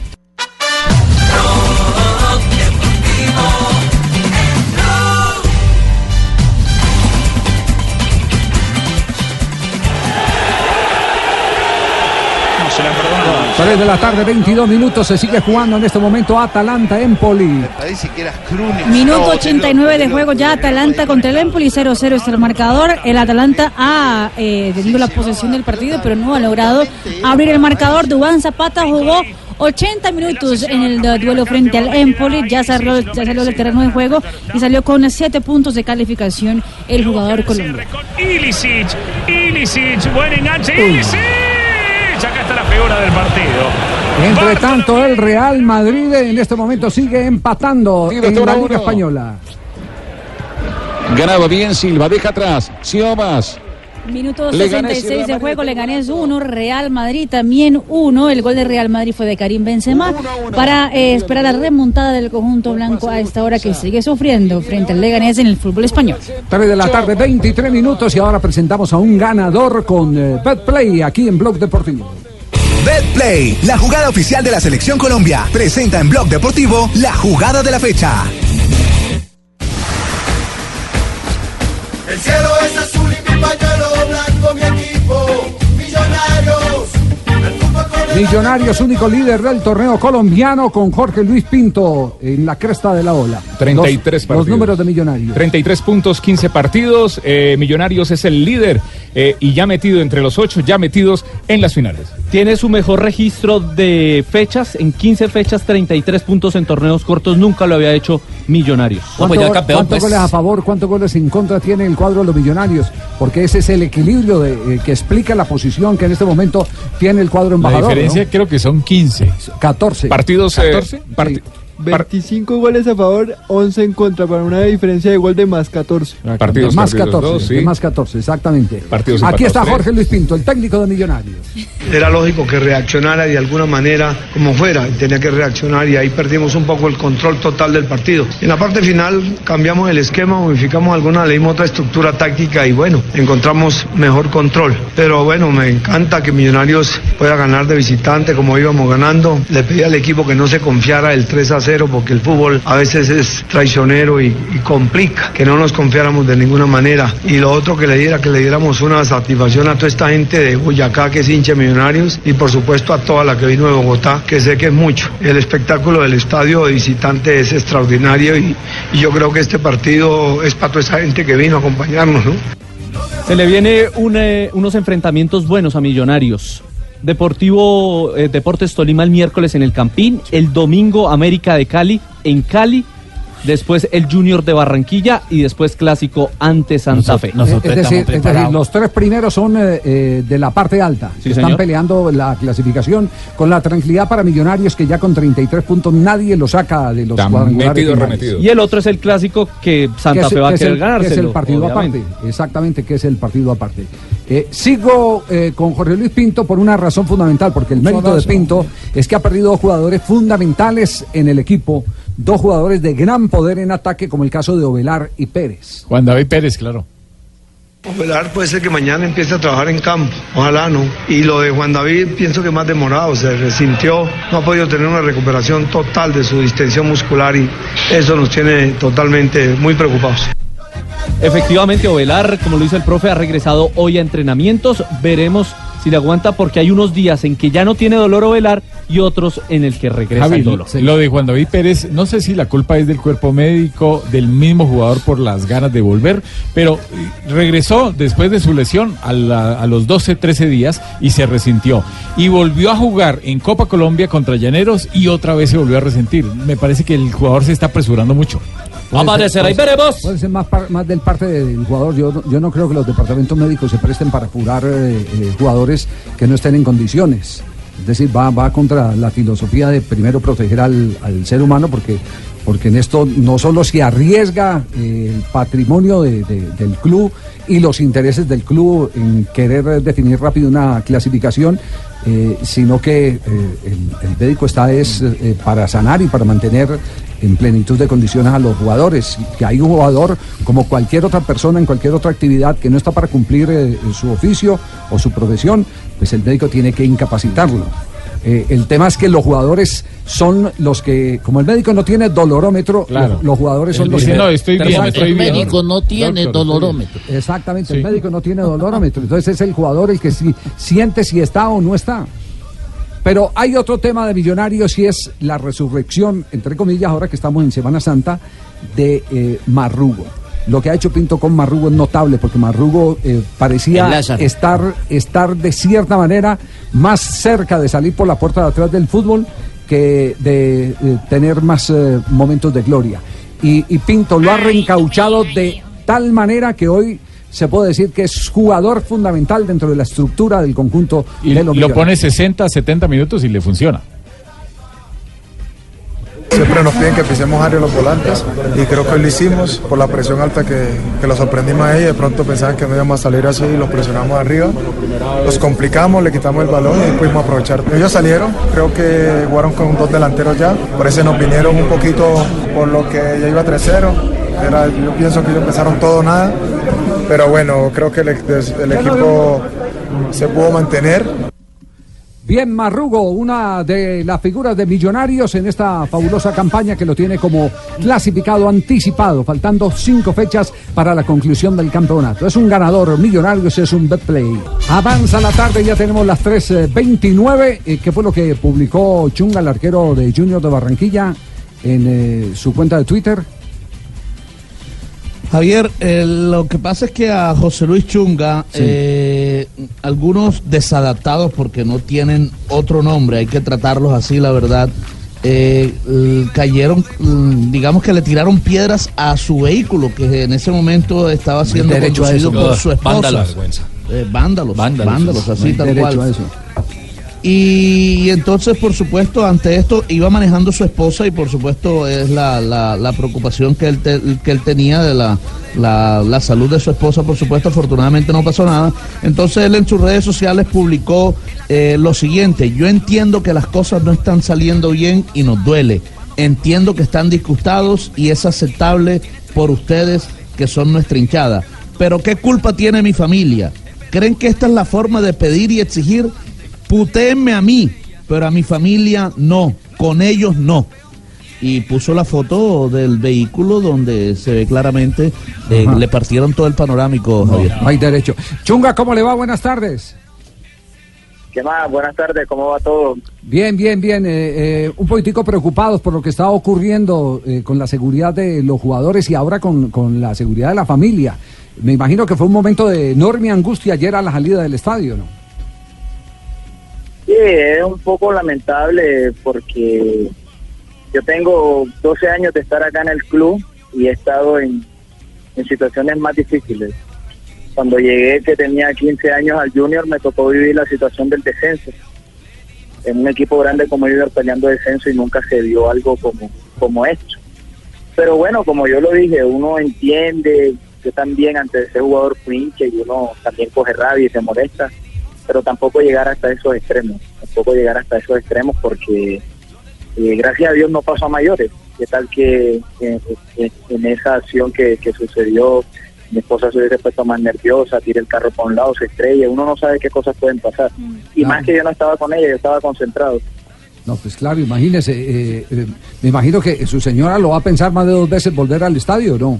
Se la perdonó. 3 de la tarde, 22 minutos, se sigue jugando en este momento Atalanta-Empoli. Minuto 89 de juego ya, Atalanta contra el Empoli, 0-0 está el marcador. El Atalanta ha tenido la posesión del partido, pero no ha logrado abrir el marcador. Duván Zapata jugó 80 minutos en el duelo frente al Empoli, ya salió del terreno de juego y salió con 7 puntos de calificación el jugador colombiano. Ilicic, buen enganche, Ilicic. Acá está la figura del partido. Entre tanto, el Real Madrid en este momento sigue empatando en la Liga Española. Ganaba bien Silva, deja atrás, Siomas. Minuto 66 de juego, Leganés 1, Real Madrid también 1. El gol de Real Madrid fue de Karim Benzema para esperar la remontada del conjunto blanco a esta hora que sigue sufriendo frente al Leganés en el fútbol español. 3 de la tarde, 23 minutos y ahora presentamos a un ganador con BetPlay aquí en Blog Deportivo. BetPlay, la jugada oficial de la Selección Colombia, presenta en Blog Deportivo la jugada de la fecha. El cielo es azul y mi pañuelo blanco, mi equipo, Millonarios. Millonarios, único líder del torneo colombiano con Jorge Luis Pinto en la cresta de la ola. 33 partidos. Los números de Millonarios. 33 puntos, 15 partidos. Millonarios es el líder y ya metido entre los 8, ya metidos en las finales. Tiene su mejor registro de fechas, en 15 fechas, 33 puntos en torneos cortos, nunca lo había hecho Millonarios. ¿Cuántos goles a favor, cuántos goles en contra tiene el cuadro de los Millonarios? Porque ese es el equilibrio que explica la posición que en este momento tiene el cuadro embajador. La diferencia creo que son 15. 14. Partidos. 14. 25 goles a favor, 11 en contra, para una diferencia de gol de más 14. Partidos, más 14, sí. Más 14, exactamente. Aquí está Jorge Luis Pinto, el técnico de Millonarios. Era lógico que reaccionara de alguna manera como fuera, tenía que reaccionar y ahí perdimos un poco el control total del partido. En la parte final cambiamos el esquema, modificamos alguna, le dimos otra estructura táctica y bueno, encontramos mejor control. Pero bueno, me encanta que Millonarios pueda ganar de visitante como íbamos ganando. Le pedí al equipo que no se confiara el 3-0 porque el fútbol a veces es traicionero y complica, que no nos confiáramos de ninguna manera. Y lo otro que le diéramos una satisfacción a toda esta gente de Boyacá que es hincha de Millonarios y por supuesto a toda la que vino de Bogotá, que sé que es mucho. El espectáculo del estadio de visitante es extraordinario y yo creo que este partido es para toda esa gente que vino a acompañarnos, ¿no? Se le viene unos enfrentamientos buenos a Millonarios. Deportes Tolima el miércoles en el Campín, el domingo América de Cali en Cali, después el Junior de Barranquilla y después clásico ante Santa Fe. Es decir, los tres primeros son de la parte alta. Sí, están señor. Peleando la clasificación con la tranquilidad para Millonarios, que ya con 33 puntos nadie lo saca de los cuadrangulares. Y el otro es el clásico que Santa Fe va a querer ganárselo. Que es el partido aparte. Exactamente, que es el partido aparte. Sigo con Jorge Luis Pinto por una razón fundamental, porque el mérito de Pinto es que ha perdido dos jugadores fundamentales en el equipo, dos jugadores de gran poder en ataque, como el caso de Ovelar y Pérez. Juan David Pérez, claro. Ovelar puede ser que mañana empiece a trabajar en campo, ojalá no. Y lo de Juan David pienso que más demorado, se resintió, no ha podido tener una recuperación total de su distensión muscular y eso nos tiene totalmente muy preocupados. Efectivamente, Ovelar, como lo dice el profe, ha regresado hoy a entrenamientos. Veremos si le aguanta, porque hay unos días en que ya no tiene dolor Ovelar y otros en el que regresa Javi, el dolor. Lo de Juan David Pérez, no sé si la culpa es del cuerpo médico, del mismo jugador por las ganas de volver, pero regresó después de su lesión a los 12, 13 días y se resintió. Y volvió a jugar en Copa Colombia contra Llaneros y otra vez se volvió a resentir. Me parece que el jugador se está apresurando mucho. Amanecer, ahí veremos. Puede ser más del parte del jugador. Yo no creo que los departamentos médicos se presten para curar jugadores que no estén en condiciones. Es decir, va contra la filosofía de primero proteger al ser humano, porque en esto no solo se arriesga el patrimonio del club y los intereses del club en querer definir rápido una clasificación, sino que el médico está para sanar y para mantener en plenitud de condiciones a los jugadores. Que hay un jugador, como cualquier otra persona en cualquier otra actividad, que no está para cumplir su oficio o su profesión, pues el médico tiene que incapacitarlo. El tema es que los jugadores son los que, como el médico no tiene dolorómetro, claro, los jugadores son los que... No, estoy bien, el médico no tiene dolorómetro. Exactamente, sí. El médico no tiene dolorómetro. Entonces es el jugador el que siente si está o no está. Pero hay otro tema de Millonarios y es la resurrección, entre comillas, ahora que estamos en Semana Santa, de Marrugo. Lo que ha hecho Pinto con Marrugo es notable, porque Marrugo parecía estar de cierta manera más cerca de salir por la puerta de atrás del fútbol que de tener más momentos de gloria. Y Pinto lo ha reencauchado de tal manera que hoy se puede decir que es jugador fundamental dentro de la estructura del conjunto de los Millonarios. Lo pone 60, 70 minutos y le funciona. Siempre nos piden que pisemos área los volantes y creo que hoy lo hicimos por la presión alta que los sorprendimos ahí. De pronto pensaban que no íbamos a salir así y los presionamos arriba. Los complicamos, le quitamos el balón y pudimos aprovechar. Ellos salieron, creo que jugaron con dos delanteros ya. Por eso nos vinieron un poquito por lo que ya iba 3-0. Yo pienso que ellos empezaron todo o nada. Pero bueno, creo que el equipo se pudo mantener. Bien, Marrugo, una de las figuras de Millonarios en esta fabulosa campaña que lo tiene como clasificado anticipado, faltando 5 fechas para la conclusión del campeonato. Es un ganador, Millonarios es un Betplay. Avanza la tarde, ya tenemos las 3:29. ¿Qué fue lo que publicó Chunga, el arquero de Junior de Barranquilla, en su cuenta de Twitter? Javier, lo que pasa es que a José Luis Chunga, sí, algunos desadaptados porque no tienen otro nombre, hay que tratarlos así, la verdad, cayeron, digamos que le tiraron piedras a su vehículo, que en ese momento estaba siendo conducido por su esposa. Vándalos, así tal cual. Y entonces, por supuesto, ante esto iba manejando su esposa y por supuesto es la preocupación que él tenía de la salud de su esposa. Por supuesto, afortunadamente no pasó nada. Entonces él en sus redes sociales publicó lo siguiente: yo entiendo que las cosas no están saliendo bien y nos duele. Entiendo que están disgustados y es aceptable por ustedes que son nuestra hinchada. Pero ¿qué culpa tiene mi familia? ¿Creen que esta es la forma de pedir y exigir? Putéenme a mí, pero a mi familia no, con ellos no. Y puso la foto del vehículo donde se ve claramente, le partieron todo el panorámico, Javier. No hay derecho. Chunga, ¿cómo le va? Buenas tardes. ¿Qué más? Buenas tardes, ¿cómo va todo? Bien. Un poquitico preocupados por lo que está ocurriendo con la seguridad de los jugadores y ahora con la seguridad de la familia. Me imagino que fue un momento de enorme angustia ayer a la salida del estadio, ¿no? Sí, es un poco lamentable porque yo tengo 12 años de estar acá en el club y he estado en situaciones más difíciles. Cuando llegué, que tenía 15 años al Junior, me tocó vivir la situación del descenso. En un equipo grande como Junior peleando descenso y nunca se vio algo como esto. Pero bueno, como yo lo dije, uno entiende, yo también antes de ser jugador fui hincha y uno también coge rabia y se molesta. Pero tampoco llegar hasta esos extremos, porque gracias a Dios no pasó a mayores. ¿Qué tal que en esa acción que sucedió, mi esposa se hubiese puesto más nerviosa, tire el carro para un lado, se estrella? Uno no sabe qué cosas pueden pasar. Y claro. Más que yo no estaba con ella, yo estaba concentrado. No, pues claro, imagínese, me imagino que su señora lo va a pensar más de 2 veces volver al estadio, ¿no?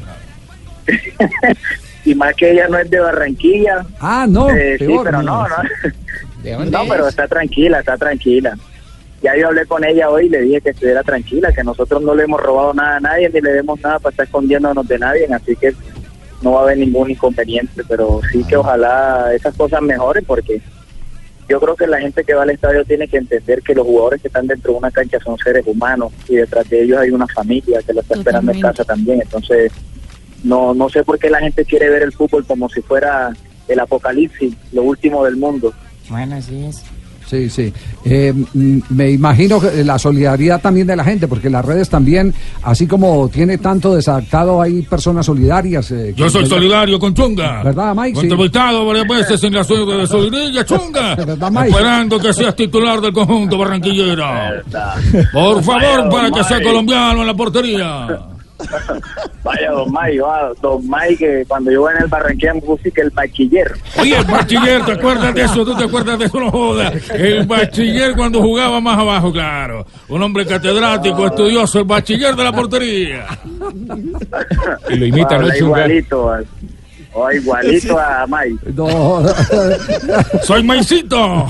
Y más que ella no es de Barranquilla. Ah, no. Sí, pero no. No, pero está tranquila. Ya yo hablé con ella hoy y le dije que estuviera tranquila, que nosotros no le hemos robado nada a nadie, ni le demos nada para estar escondiéndonos de nadie, así que no va a haber ningún inconveniente, pero sí que ojalá esas cosas mejoren, porque yo creo que la gente que va al estadio tiene que entender que los jugadores que están dentro de una cancha son seres humanos y detrás de ellos hay una familia que lo está esperando en casa también. Entonces no sé por qué la gente quiere ver el fútbol como si fuera el apocalipsis, lo último del mundo. Bueno, así es. Sí. Me imagino que la solidaridad también de la gente, porque las redes también, así como tiene tanto desadaptado, hay personas solidarias. Yo soy solidario con Chunga. ¿Verdad, Mike? Entrevistado varias veces en la suerte de Solidaridad, Chunga. ¿Verdad, Mike? Esperando que seas titular del conjunto barranquillero. Por favor, para que sea colombiano en la portería. Vaya, don Mike, que cuando yo en el Barranquilla me puse que el bachiller. Oye, el bachiller, ¿te acuerdas de eso? ¿Tú te acuerdas de eso? No jodas. El bachiller cuando jugaba más abajo, claro. Un hombre catedrático, estudioso, el bachiller de la portería. Y lo imita, ¿no? Igualito a Mike. No. Soy Maicito.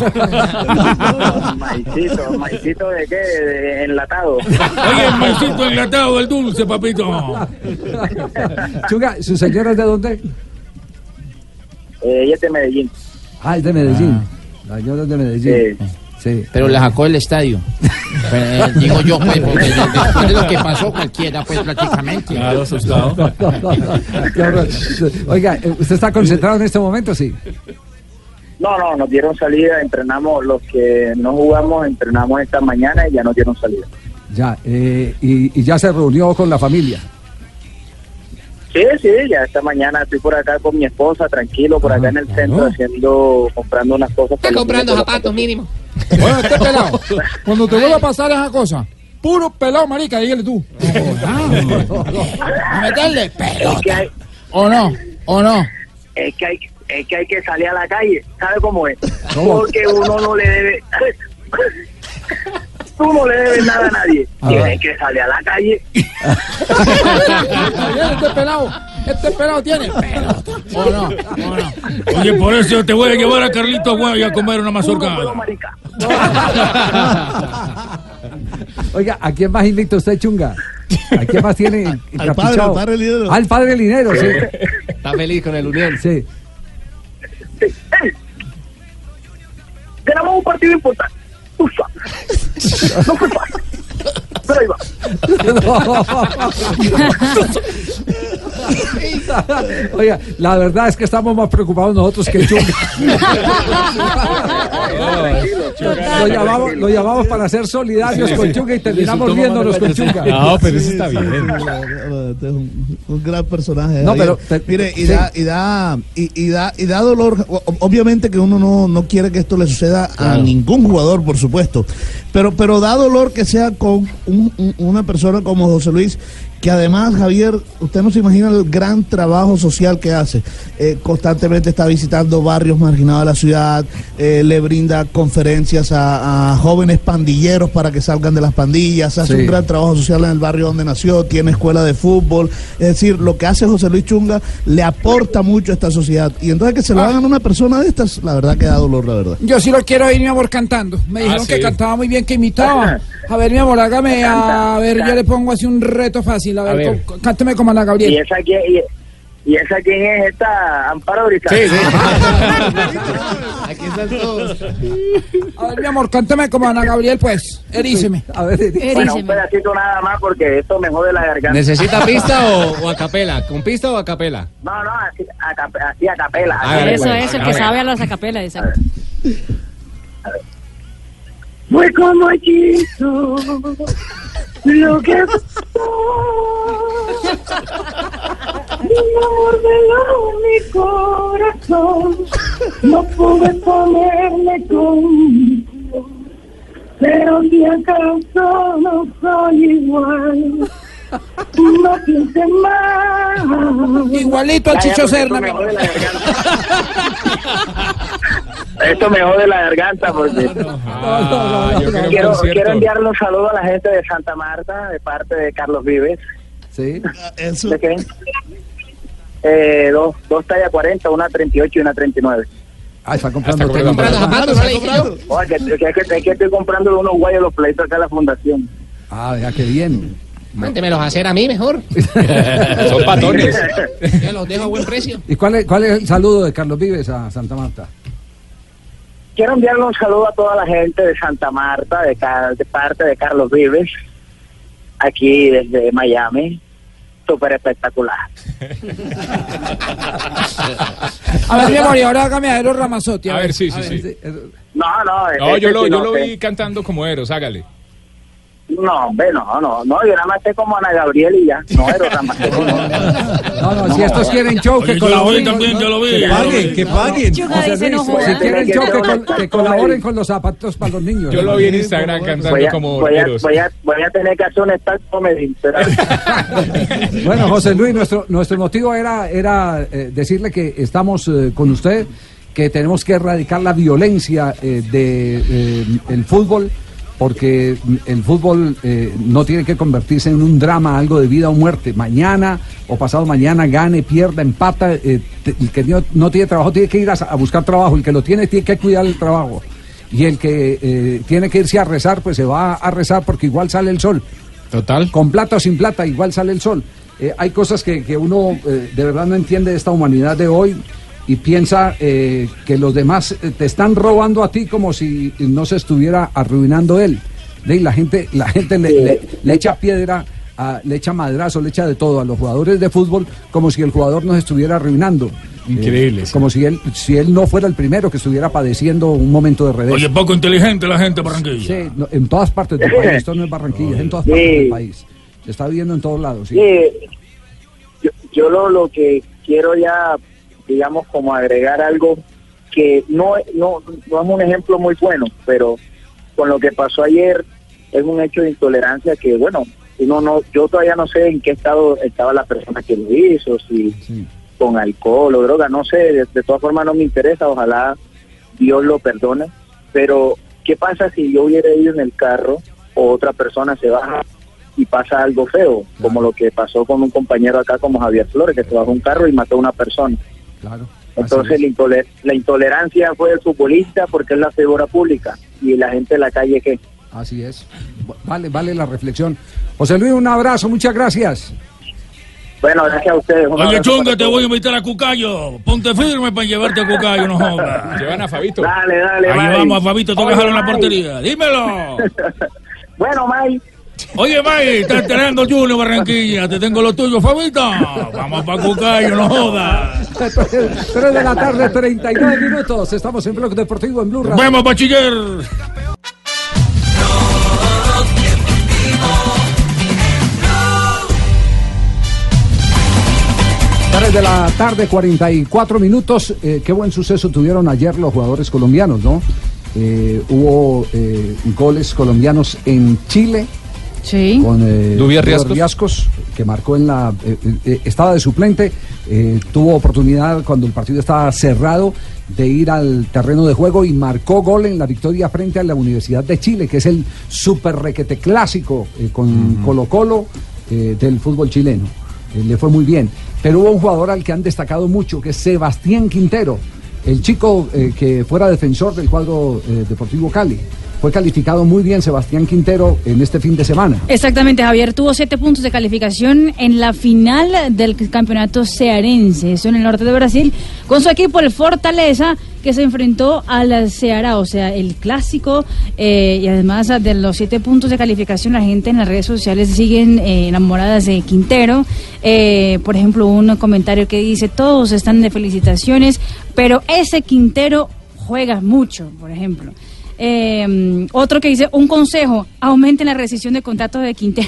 Maicito de qué, de enlatado. Oye, el Maicito enlatado, el dulce, papito. Chunga, ¿su señora es de dónde? Ella es de Medellín. Ah, es de Medellín. La señora es de Medellín. Sí. Pero la sacó del estadio. Digo yo, pues, porque después de lo que pasó, cualquiera, pues, prácticamente. Claro, asustado. Oiga, ¿usted está concentrado en este momento? Sí. No, nos dieron salida, entrenamos, los que no jugamos, entrenamos esta mañana y ya nos dieron salida. Ya, y ya se reunió con la familia. Sí, ya esta mañana estoy por acá con mi esposa, tranquilo, por acá en el centro, comprando unas cosas. Está comprando zapatos mínimo. Bueno, este pelado, cuando te vuelva a pasar esa cosa, puro pelado, marica, dígale tú. A meterle pelota. ¿O no? Es que hay que salir a la calle, ¿sabe cómo es? Porque uno no le debe... Tú no le debes nada a nadie. Tienes que salir a la calle. Este pelado tiene pelota. ¿O no? Oye, por eso te voy a llevar a Carlitos Guay a comer una mazorcada. Oiga, ¿a quién más invita usted, Chunga? ¿A quién más tiene al padre Linero. Al padre Linero, sí. Está feliz con el Unión. Sí. Ganamos un partido importante. Ufa. No fue fácil. Pero ahí va. Oiga, la verdad es que estamos más preocupados nosotros que el Chunga. Lo llamamos para ser solidarios con Chunga y terminamos viéndonos con Chunga. No, pero eso está bien. Este es un gran personaje. No, pero mire, da dolor. Obviamente que uno no quiere que esto le suceda a ningún jugador, por supuesto. Pero da dolor que sea con una persona como José Luis, que además, Javier, usted no se imagina el gran trabajo social que hace. Constantemente está visitando barrios marginados de la ciudad, le brinda conferencias a jóvenes pandilleros para que salgan de las pandillas, hace un gran trabajo social en el barrio donde nació, tiene escuela de fútbol. Es decir, lo que hace José Luis Chunga le aporta mucho a esta sociedad. Y entonces que se lo hagan a una persona de estas, la verdad que da dolor, la verdad. Yo sí lo quiero oír, mi amor, cantando. Me dijeron que cantaba muy bien, que imitaba. A ver, mi amor, hágame, a ver, yo le pongo así un reto fácil. A ver. Cánteme como Ana Gabriel. ¿Y esa quién es? ¿Esta Amparo Brizal? Sí. Aquí están todos. A ver, mi amor, cánteme como Ana Gabriel, pues. Eríceme. A ver, bueno, un pedacito nada más porque esto me jode la garganta. ¿Necesita pista o a capela? ¿Con pista o a capela? No, así a capela. Eso es, el que sabe a las a capela, exacto. A ver. Fue como hechizo lo que mi corazón, no pude ponerme conmigo, pero si acaso no soy igual, no pienses más. Igualito al Chicho Serna. Esto me jode la garganta porque quiero enviarle un saludo a la gente de Santa Marta de parte de Carlos Vives. Sí. ¿De qué? Dos talla 40, una 38 y una 39. Está comprando zapatos, ¿no le dije yo? Oye, que estoy comprando unos guayos los pleitos acá en la fundación. Ya qué bien. Mándemelos a hacer a mí mejor. Son patones. Yo los dejo a buen precio. ¿Y cuál es el saludo de Carlos Vives a Santa Marta? Quiero enviarle un saludo a toda la gente de Santa Marta, de parte de Carlos Vives, aquí desde Miami. Súper espectacular. A ver, mi amor, y ahora hágame a Eros Ramazzotti. A ver, sí. No, yo lo vi cantando como Eros, hágale. No, hombre, no, yo nada más sé como Ana Gabriel y ya, no Eros Ramazzotti. No, si estos quieren show, que colaboren. Yo lo vi. Que paguen. Si quieren show, que colaboren con los zapatos para los niños. Yo lo vi en Instagram cantando como Eros. Voy a tener que hacer un stand comedy. Bueno, José Luis, nuestro motivo era decirle que estamos con usted, que tenemos que erradicar la violencia del fútbol, porque el fútbol no tiene que convertirse en un drama, algo de vida o muerte. Mañana o pasado mañana gane, pierda, empata, el que no tiene trabajo tiene que ir a buscar trabajo, el que lo tiene que cuidar el trabajo, y el que tiene que irse a rezar, pues se va a rezar, porque igual sale el sol. Total. Con plata o sin plata, igual sale el sol. Hay cosas que uno de verdad no entiende de esta humanidad de hoy, y piensa que los demás te están robando a ti como si no se estuviera arruinando él. Y la gente le echa piedra, le echa madrazo, le echa de todo a los jugadores de fútbol, como si el jugador nos estuviera arruinando. Increíble. Como si él no fuera el primero que estuviera padeciendo un momento de revés. Oye, poco inteligente la gente de Barranquilla. Sí, en todas partes del país. Esto no es Barranquilla, es en todas partes del país. Se está viviendo en todos lados. Sí. Yo lo que quiero ya, digamos, como agregar algo que no es un ejemplo muy bueno, pero con lo que pasó ayer es un hecho de intolerancia que, bueno, yo todavía no sé en qué estado estaba la persona que lo hizo, si con alcohol o droga, no sé, de todas formas no me interesa, ojalá Dios lo perdone, pero ¿qué pasa si yo hubiera ido en el carro o otra persona se baja y pasa algo feo, como lo que pasó con un compañero acá como Javier Flores, que se bajó un carro y mató a una persona? Claro. Entonces la intolerancia fue del futbolista porque es la figura pública, y la gente de la calle, ¿qué? Así es. Vale la reflexión. José Luis, un abrazo, muchas gracias. Bueno, gracias a ustedes. Oye, Chunga, te voy a invitar a Cucayo. Ponte firme para llevarte a Cucayo, no jodas. Llevan a Fabito. Dale. Ahí Mike. vamos a Fabito, tengo que dejarlo en la portería. Dímelo. Bueno, Mike. Oye, Mike, está entrenando el Junior Barranquilla. Te tengo lo tuyo, Fabito. Vamos para Cucayo, no jodas. 3 de la tarde, 39 minutos. Estamos en Blog Deportivo en Blue Radio. Vemos, bachiller. de la tarde, 44 minutos. Qué buen suceso tuvieron ayer los jugadores colombianos, ¿no? Hubo goles colombianos en Chile. Sí. Con Dubier Riascos, que marcó en la... estaba de suplente, tuvo oportunidad cuando el partido estaba cerrado de ir al terreno de juego y marcó gol en la victoria frente a la Universidad de Chile, que es el super requete clásico con Colo-Colo del fútbol chileno. Le fue muy bien. Pero hubo un jugador al que han destacado mucho, que es Sebastián Quintero, el chico que fuera defensor del cuadro Deportivo Cali. Fue calificado muy bien Sebastián Quintero en este fin de semana. Exactamente, Javier. Tuvo 7 puntos de calificación en la final del campeonato cearense, eso en el norte de Brasil, con su equipo el Fortaleza, que se enfrentó al Ceará, o sea, el clásico, y además de los 7 puntos de calificación, la gente en las redes sociales siguen enamoradas de Quintero. Por ejemplo, un comentario que dice, todos están de felicitaciones, pero ese Quintero juega mucho, por ejemplo. Otro que dice, un consejo, aumenten la rescisión de contratos de Quintero.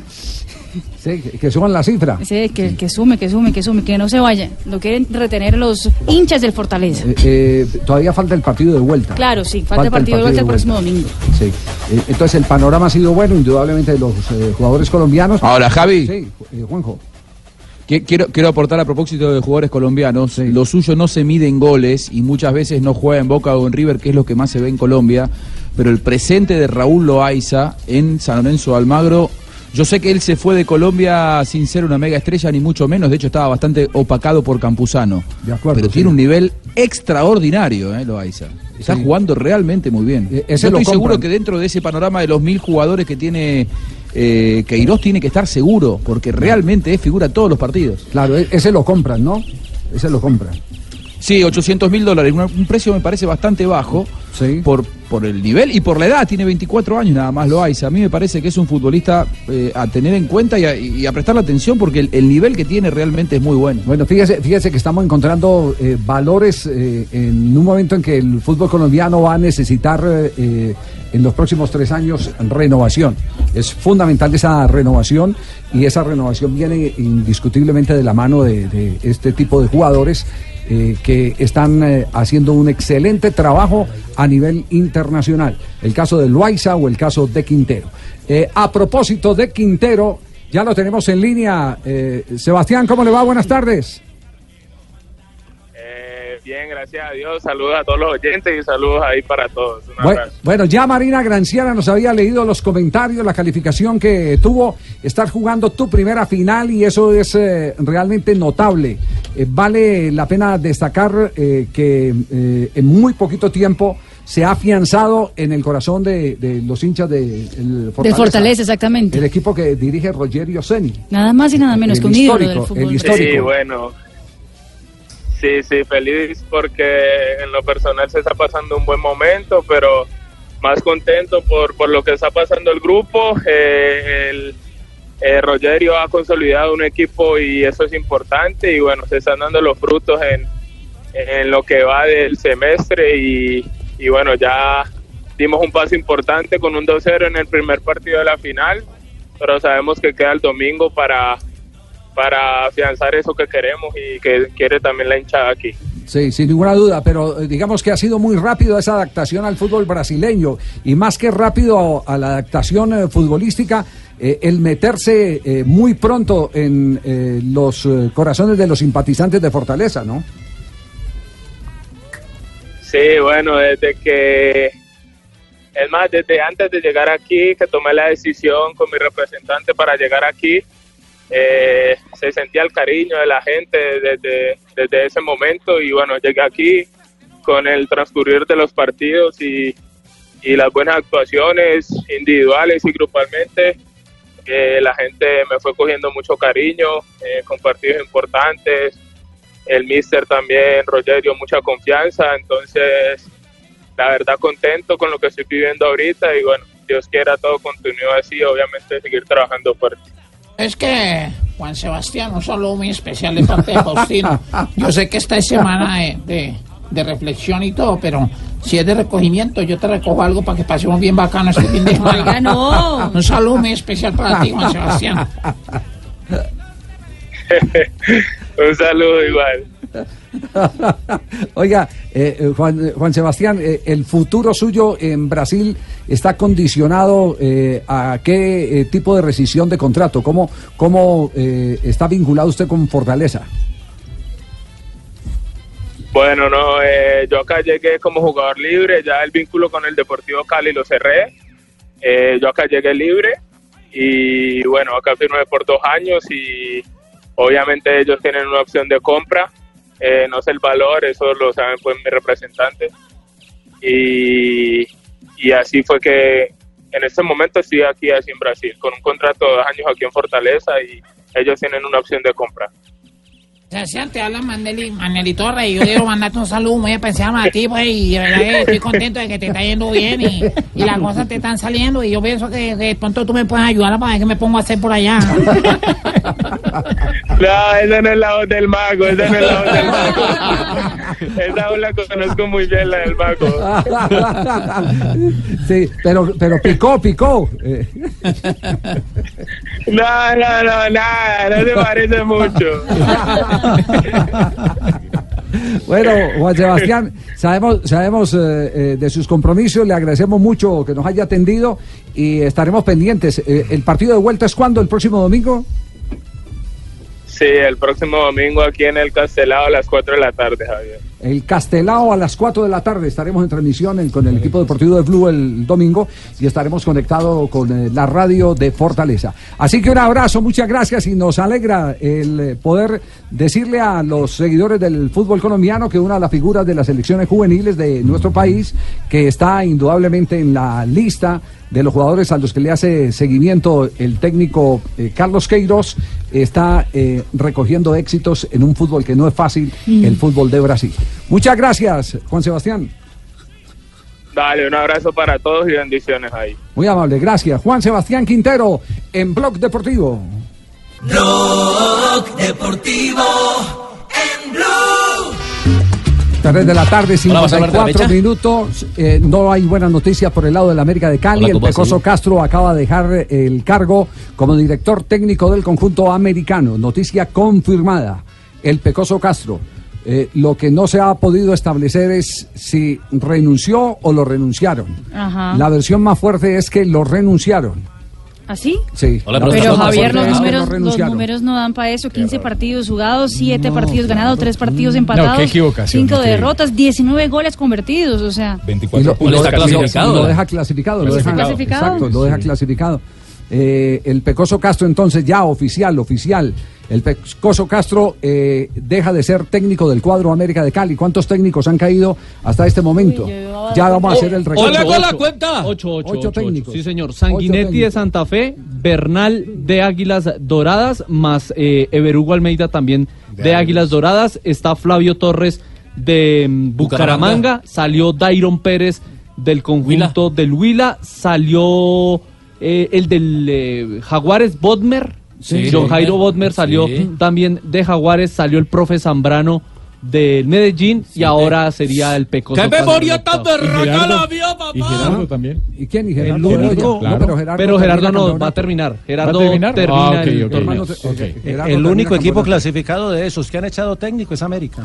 Sí, que suban la cifra. Sí, que sume, que no se vaya. Lo quieren retener los hinchas del Fortaleza. Todavía falta el partido de vuelta. Claro, sí, falta el partido de vuelta el próximo domingo. Sí. Entonces el panorama ha sido bueno, indudablemente, de los jugadores colombianos. Ahora, Javi. Sí, Juanjo. Quiero aportar a propósito de jugadores colombianos, sí. Lo suyo no se mide en goles y muchas veces no juega en Boca o en River, que es lo que más se ve en Colombia, pero el presente de Raúl Loaiza en San Lorenzo de Almagro, yo sé que él se fue de Colombia sin ser una mega estrella ni mucho menos, de hecho estaba bastante opacado por Campuzano, de acuerdo, pero sí. Tiene un nivel extraordinario, Loaiza. Está jugando realmente muy bien. Yo estoy seguro que dentro de ese panorama de los 1000 jugadores que tiene Queiroz tiene que estar seguro, porque realmente es figura todos los partidos. Claro, ese lo compran, ¿no? Ese lo compran. Sí, $800.000, un precio me parece bastante bajo, sí. por el nivel y por la edad, tiene 24 años nada más Loaiza. A mí me parece que es un futbolista a tener en cuenta y a prestarle atención, porque el nivel que tiene realmente es muy bueno. Bueno, fíjese que estamos encontrando valores en un momento en que el fútbol colombiano va a necesitar en los próximos 3 años renovación. Es fundamental esa renovación, y esa renovación viene indiscutiblemente de la mano de este tipo de jugadores que están haciendo un excelente trabajo a nivel internacional. El caso de Loaiza o el caso de Quintero. A propósito de Quintero, ya lo tenemos en línea. Sebastián, ¿cómo le va? Buenas tardes. Bien, gracias a Dios. Saludos a todos los oyentes y saludos ahí para todos. Bueno, ya Marina Granciera nos había leído los comentarios, la calificación que tuvo. Estás jugando tu primera final y eso es realmente notable. Vale la pena destacar que en muy poquito tiempo se ha afianzado en el corazón de los hinchas del Fortaleza. Del Fortaleza, exactamente. El equipo que dirige Rogerio Ceni. Nada más y nada menos que un ídolo del fútbol. El histórico. Sí, bueno. Sí, feliz porque en lo personal se está pasando un buen momento, pero más contento por lo que está pasando el grupo. Rogerio ha consolidado un equipo y eso es importante, y bueno, se están dando los frutos en lo que va del semestre y bueno, ya dimos un paso importante con un 2-0 en el primer partido de la final, pero sabemos que queda el domingo para afianzar eso que queremos y que quiere también la hinchada aquí. Sí, sin ninguna duda, pero digamos que ha sido muy rápido esa adaptación al fútbol brasileño, y más que rápido a la adaptación futbolística, el meterse muy pronto en los corazones de los simpatizantes de Fortaleza, ¿no? Sí, bueno, desde antes de llegar aquí, que tomé la decisión con mi representante para llegar aquí, se sentía el cariño de la gente desde ese momento, y bueno, llegué aquí con el transcurrir de los partidos y las buenas actuaciones individuales y grupalmente. La gente me fue cogiendo mucho cariño con partidos importantes, el míster también, Rogerio, mucha confianza, entonces la verdad contento con lo que estoy viviendo ahorita, y bueno, Dios quiera todo continúe así, obviamente seguir trabajando fuerte. Es que, Juan Sebastián, un saludo muy especial de parte de Faustino. Yo sé que esta es semana de reflexión y todo, pero si es de recogimiento, yo te recojo algo para que pasemos bien bacano este fin de semana. Oiga, no. Un saludo muy especial para ti, Juan Sebastián. Un saludo igual. Oiga, Juan Sebastián, el futuro suyo en Brasil está condicionado a qué tipo de rescisión de contrato. ¿Cómo está vinculado usted con Fortaleza? Bueno, no, yo acá llegué como jugador libre, ya el vínculo con el Deportivo Cali lo cerré. Yo acá llegué libre y bueno, acá firmé por 2 años y obviamente ellos tienen una opción de compra. No sé el valor, eso lo saben pues mis representantes. Y así fue que en este momento estoy aquí así en Brasil, con un contrato de 2 años aquí en Fortaleza y ellos tienen una opción de compra. Sebastián, te habla Maneli Torres y yo quiero mandarte un saludo muy especial a ti, pues, y de verdad que estoy contento de que te está yendo bien y las cosas te están saliendo y yo pienso que de pronto tú me puedes ayudar para ver qué me pongo a hacer por allá. No, esa no es la voz del mago, esa no es la voz del mago. Esa voz la conozco muy bien, la del mago. Sí, pero picó. No, nada, no se parece mucho. Bueno, Juan Sebastián, sabemos de sus compromisos, le agradecemos mucho que nos haya atendido y estaremos pendientes. ¿El partido de vuelta es cuándo? ¿El próximo domingo? Sí, el próximo domingo aquí en el Castelao a las 4 de la tarde, Javier. El Castelao a las 4 de la tarde. Estaremos en transmisión con el equipo deportivo de Blue el domingo y estaremos conectados con la radio de Fortaleza. Así que un abrazo, muchas gracias y nos alegra el poder decirle a los seguidores del fútbol colombiano que una de las figuras de las selecciones juveniles de nuestro país, que está indudablemente en la lista de los jugadores a los que le hace seguimiento el técnico Carlos Queiroz, está recogiendo éxitos en un fútbol que no es fácil, el fútbol de Brasil. Muchas gracias, Juan Sebastián. Dale, un abrazo para todos y bendiciones ahí. Muy amable, gracias. Juan Sebastián Quintero en Blog Deportivo. Blog Deportivo en Blue. 3 de la tarde, 54 minutos. No hay buenas noticias por el lado del América de Cali. El Pecoso Castro acaba de dejar el cargo como director técnico del conjunto americano. Noticia confirmada. El Pecoso Castro. Lo que no se ha podido establecer es si renunció o lo renunciaron. Ajá. La versión más fuerte es que lo renunciaron. ¿Así? Sí. Pero Javier, los números no dan para eso. 15 partidos jugados, 7 partidos ganados, 3 partidos empatados, qué equivocación, 5 derrotas, 19 goles convertidos, o sea. 24 puntos. Lo deja clasificado. Exacto, lo deja clasificado. El Pecoso Castro entonces ya oficial. El Pecoso Castro deja de ser técnico del cuadro América de Cali. ¿Cuántos técnicos han caído hasta este momento? Ya vamos a hacer el recuento. ¡Hola con la cuenta! 8 técnicos. Sí, señor. Sanguinetti de Santa Fe, Bernal de Águilas Doradas, más Everugo Almeida también de Águilas Doradas. Está Flavio Torres de Bucaramanga. Salió Dairon Pérez del conjunto del Huila. Salió el del Jaguares, Bodmer. Sí, John Jairo Bodmer salió también de Jaguares, salió el profe Zambrano del Medellín y ahora sería el Pecoso. ¡Qué memoria tan berraca la mía, papá! Y Gerardo también. ¿Y quién? ¿Y Gerardo? El único, claro. pero Gerardo no va a terminar. Gerardo termina el torneo. El único equipo clasificado de esos que han echado técnico es América.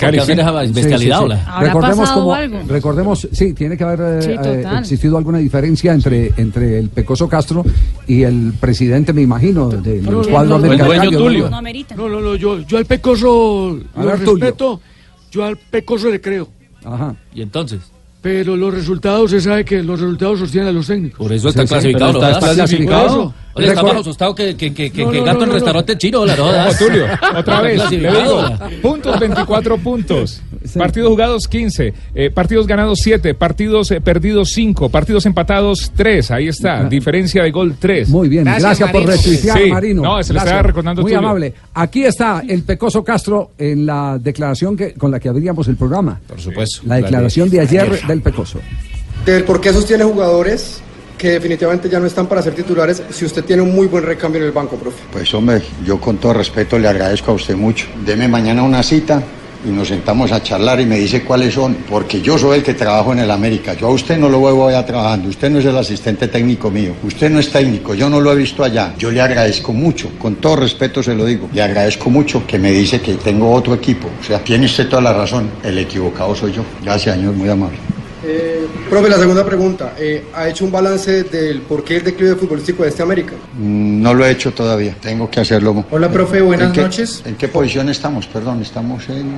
Recordemos, sí, tiene que haber existido alguna diferencia entre el Pecoso Castro y el presidente, me imagino, del cuadro americano. El dueño Tulio. No, yo al Pecoso lo respeto. Yo al Pecoso le creo. Ajá. ¿Y entonces? Pero los resultados, se sabe que los resultados sostienen a los técnicos. Por eso está clasificado. ¿Está clasificado? Oye, está más asustado que gato en restaurante chino. Tulio, otra vez, le digo, puntos 24 puntos. Sí. Partidos jugados 15, partidos ganados 7, partidos perdidos 5, partidos empatados 3. Ahí está, diferencia de gol 3. Muy bien, gracias por retuitear, Marino. No, se le estaba recordando muy Tulio. Amable. Aquí está el Pecoso Castro en la declaración con la que abríamos el programa. Por supuesto. La declaración de ayer del Pecoso. Del por qué sostiene jugadores que definitivamente ya no están para ser titulares si usted tiene un muy buen recambio en el banco, profe. Pues hombre, yo con todo respeto le agradezco a usted mucho. Deme mañana una cita y nos sentamos a charlar y me dice cuáles son, porque yo soy el que trabajo en el América. Yo a usted no lo veo allá trabajando, usted no es el asistente técnico mío, usted no es técnico, yo no lo he visto allá. Yo le agradezco mucho, con todo respeto se lo digo, le agradezco mucho que me dice que tengo otro equipo. O sea, tiene usted toda la razón, el equivocado soy yo. Gracias, señor, muy amable. Profe, la segunda pregunta. ¿Ha hecho un balance del por qué el declive futbolístico de este América? No lo he hecho todavía, tengo que hacerlo. Hola, profe, buenas noches. ¿En qué posición estamos? Perdón, estamos en...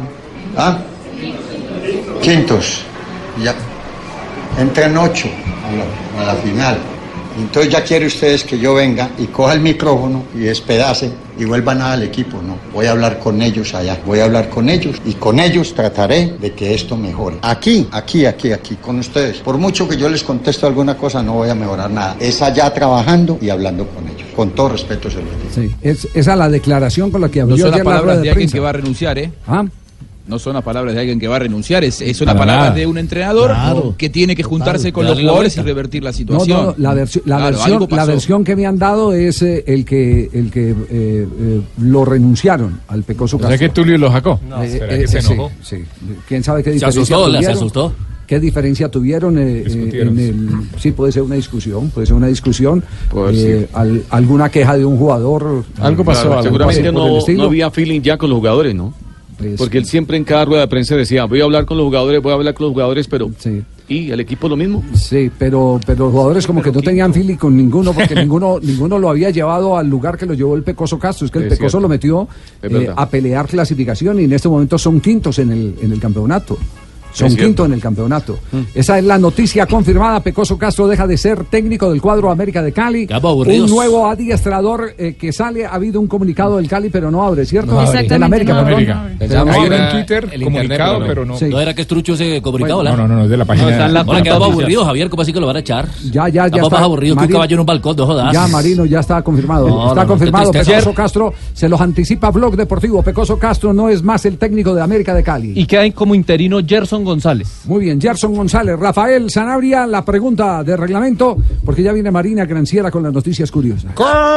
quintos. Ya. Entran 8 a la final. Entonces ya quiere ustedes que yo venga y coja el micrófono y despedace y vuelva nada al equipo. No, voy a hablar con ellos allá, voy a hablar con ellos y con ellos trataré de que esto mejore. Aquí, con ustedes. Por mucho que yo les contesto alguna cosa, no voy a mejorar nada. Es allá trabajando y hablando con ellos. Con todo respeto se lo digo. Sí, esa la declaración con la que habló. No son las palabras de alguien que va a renunciar, ¿eh? No son las palabras de alguien que va a renunciar, es una palabra de un entrenador que tiene que juntarse con los jugadores y revertir la situación. No, la versión que me han dado es el que lo renunciaron al Pecoso Castro. O sea que Tulio lo sacó. ¿Será que se enojó? Sí. ¿Quién sabe qué diferencia tuvieron? Se asustó. ¿Qué diferencia tuvieron sí, puede ser una discusión, alguna queja de un jugador. Algo pasó. Seguramente no había feeling ya con los jugadores, ¿no? Porque él siempre en cada rueda de prensa decía, voy a hablar con los jugadores, pero... Sí. ¿Y el equipo lo mismo? Sí, pero los jugadores como que no tenían feeling con ninguno, porque ninguno lo había llevado al lugar que lo llevó el Pecoso Castro. Es que el Pecoso lo metió a pelear clasificación y en este momento son quintos en el campeonato. Son quinto en el campeonato. Esa es la noticia confirmada. Pecoso Castro deja de ser técnico del cuadro América de Cali. Un nuevo adiestrador que sale. Ha habido un comunicado del Cali, pero no abre, ¿cierto? No abre. Del América, perdón. Hay en Twitter comunicado, pero no. ¿No era que es trucho ese comunicado? No, es de la página. Ahora quedaba aburrido, Javier. ¿Cómo así que lo van a echar? Ya está más aburrido que un caballo en un balcón, no jodas. Ya, Marino, ya está confirmado. Está confirmado. Pecoso Castro se los anticipa Blog Deportivo. Pecoso Castro no es más el técnico de América de Cali. Y queda como interino Gerson González. Muy bien, Gerson González. Rafael Sanabria, la pregunta de reglamento, porque ya viene Marina Granciera con las noticias curiosas.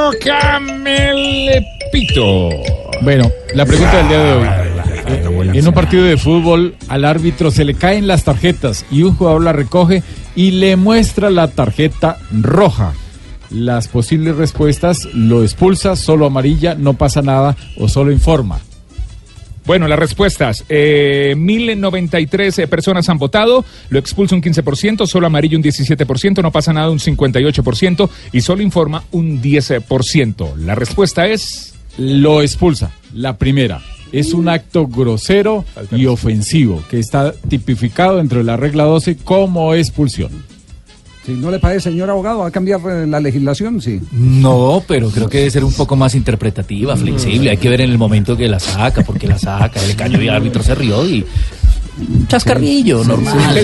¡Cócame el pito! Bueno, la pregunta del día de hoy. En un partido de fútbol, al árbitro se le caen las tarjetas y un jugador la recoge y le muestra la tarjeta roja. Las posibles respuestas: lo expulsa, solo amarilla, no pasa nada o solo informa. Bueno, las respuestas. 1.093 personas han votado, lo expulsa un 15%, solo amarillo un 17%, no pasa nada un 58% y solo informa un 10%. La respuesta es... Lo expulsa, la primera. Es un acto grosero y ofensivo que está tipificado dentro de la regla 12 como expulsión. Si no le parece, señor abogado, ¿va a cambiar la legislación? Sí. No, pero creo que debe ser un poco más interpretativa, flexible. Hay que ver en el momento que la saca, porque la saca, el caño y el árbitro se rió y... chascarrillo, normal.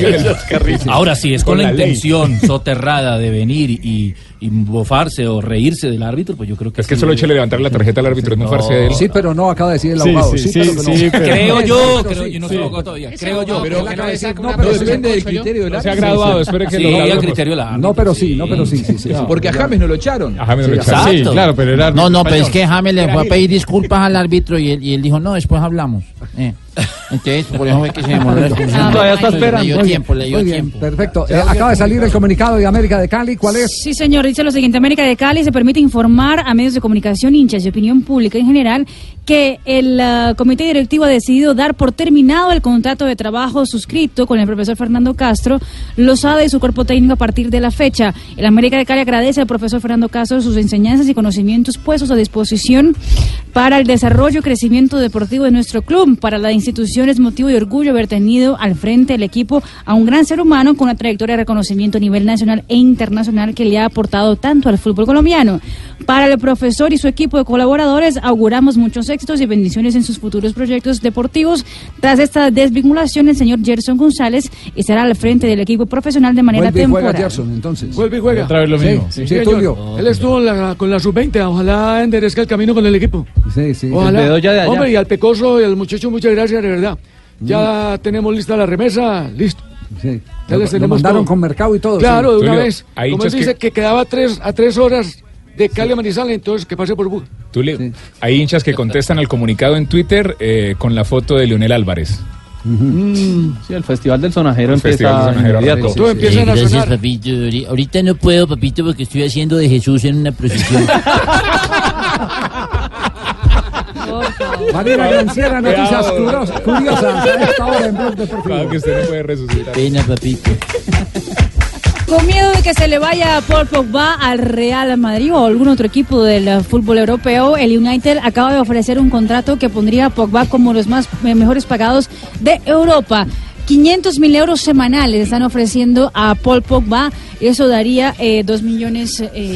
Ahora sí, es con la intención soterrada de venir y bofarse o reírse del árbitro, pues yo creo que... Es que solo eche levantar la tarjeta al árbitro, es mofarse de él. Sí, pero no, acaba de decir el abogado. Creo yo, no se lo todavía. Creo yo. Pero depende del criterio del árbitro. Se ha graduado, espero que el criterio del árbitro. No, pero sí. Porque a James no lo echaron. Sí, claro, pero era... No, pero es que James le fue a pedir disculpas al árbitro y él dijo, no, después hablamos. Entonces, por eso es que se demoró la expulsión. Todavía está esperando. Le dio tiempo. Perfecto. Acaba de salir el comunicado de América de Cali. ¿Cuál es? Sí, señor. Dice lo siguiente. América de Cali se permite informar a medios de comunicación, hinchas y opinión pública en general que el comité directivo ha decidido dar por terminado el contrato de trabajo suscrito con el profesor Fernando Castro Lozada y su cuerpo técnico a partir de la fecha. El América de Cali agradece al profesor Fernando Castro sus enseñanzas y conocimientos puestos a disposición para el desarrollo y crecimiento deportivo de nuestro club. Para la institución es motivo de orgullo haber tenido al frente del equipo a un gran ser humano con una trayectoria de reconocimiento a nivel nacional e internacional que le ha aportado tanto al fútbol colombiano. Para el profesor y su equipo de colaboradores auguramos muchos éxitos y bendiciones en sus futuros proyectos deportivos. Tras esta desvinculación, el señor Gerson González estará al frente del equipo profesional de manera temporal. Vuelve Gerson, entonces. Vuelve y juega. Otra vez lo mismo. Sí, Tulio. Él estuvo con la sub-20, ojalá enderezca el camino con el equipo. Sí. Ojalá. Hombre, y al Pecoso y al muchacho, muchas gracias, de verdad. Ya tenemos lista la remesa, listo. Sí. Ya les lo mandaron todo con mercado y todo. Claro, de una vez. Como él dice que quedaba a 3 horas de Cali a Manizales, entonces que pase por Buga. Hay hinchas que contestan al comunicado en Twitter con la foto de Leonel Álvarez. Sí, el Festival del Sonajero Festival del Sonajero inmediato. Tú empiezas a Gracias, sonar. papito. Ahorita no puedo, papito, porque estoy haciendo de Jesús en una procesión. Marina Granciera, noticias curiosas a esta hora en Blog Deportivo. Claro que usted no puede resucitar. Pena, papito. Con miedo de que se le vaya Paul Pogba al Real Madrid o algún otro equipo del fútbol europeo, el United acaba de ofrecer un contrato que pondría a Pogba como los mejores pagados de Europa. 500.000 euros semanales están ofreciendo a Paul Pogba. Eso daría 2 millones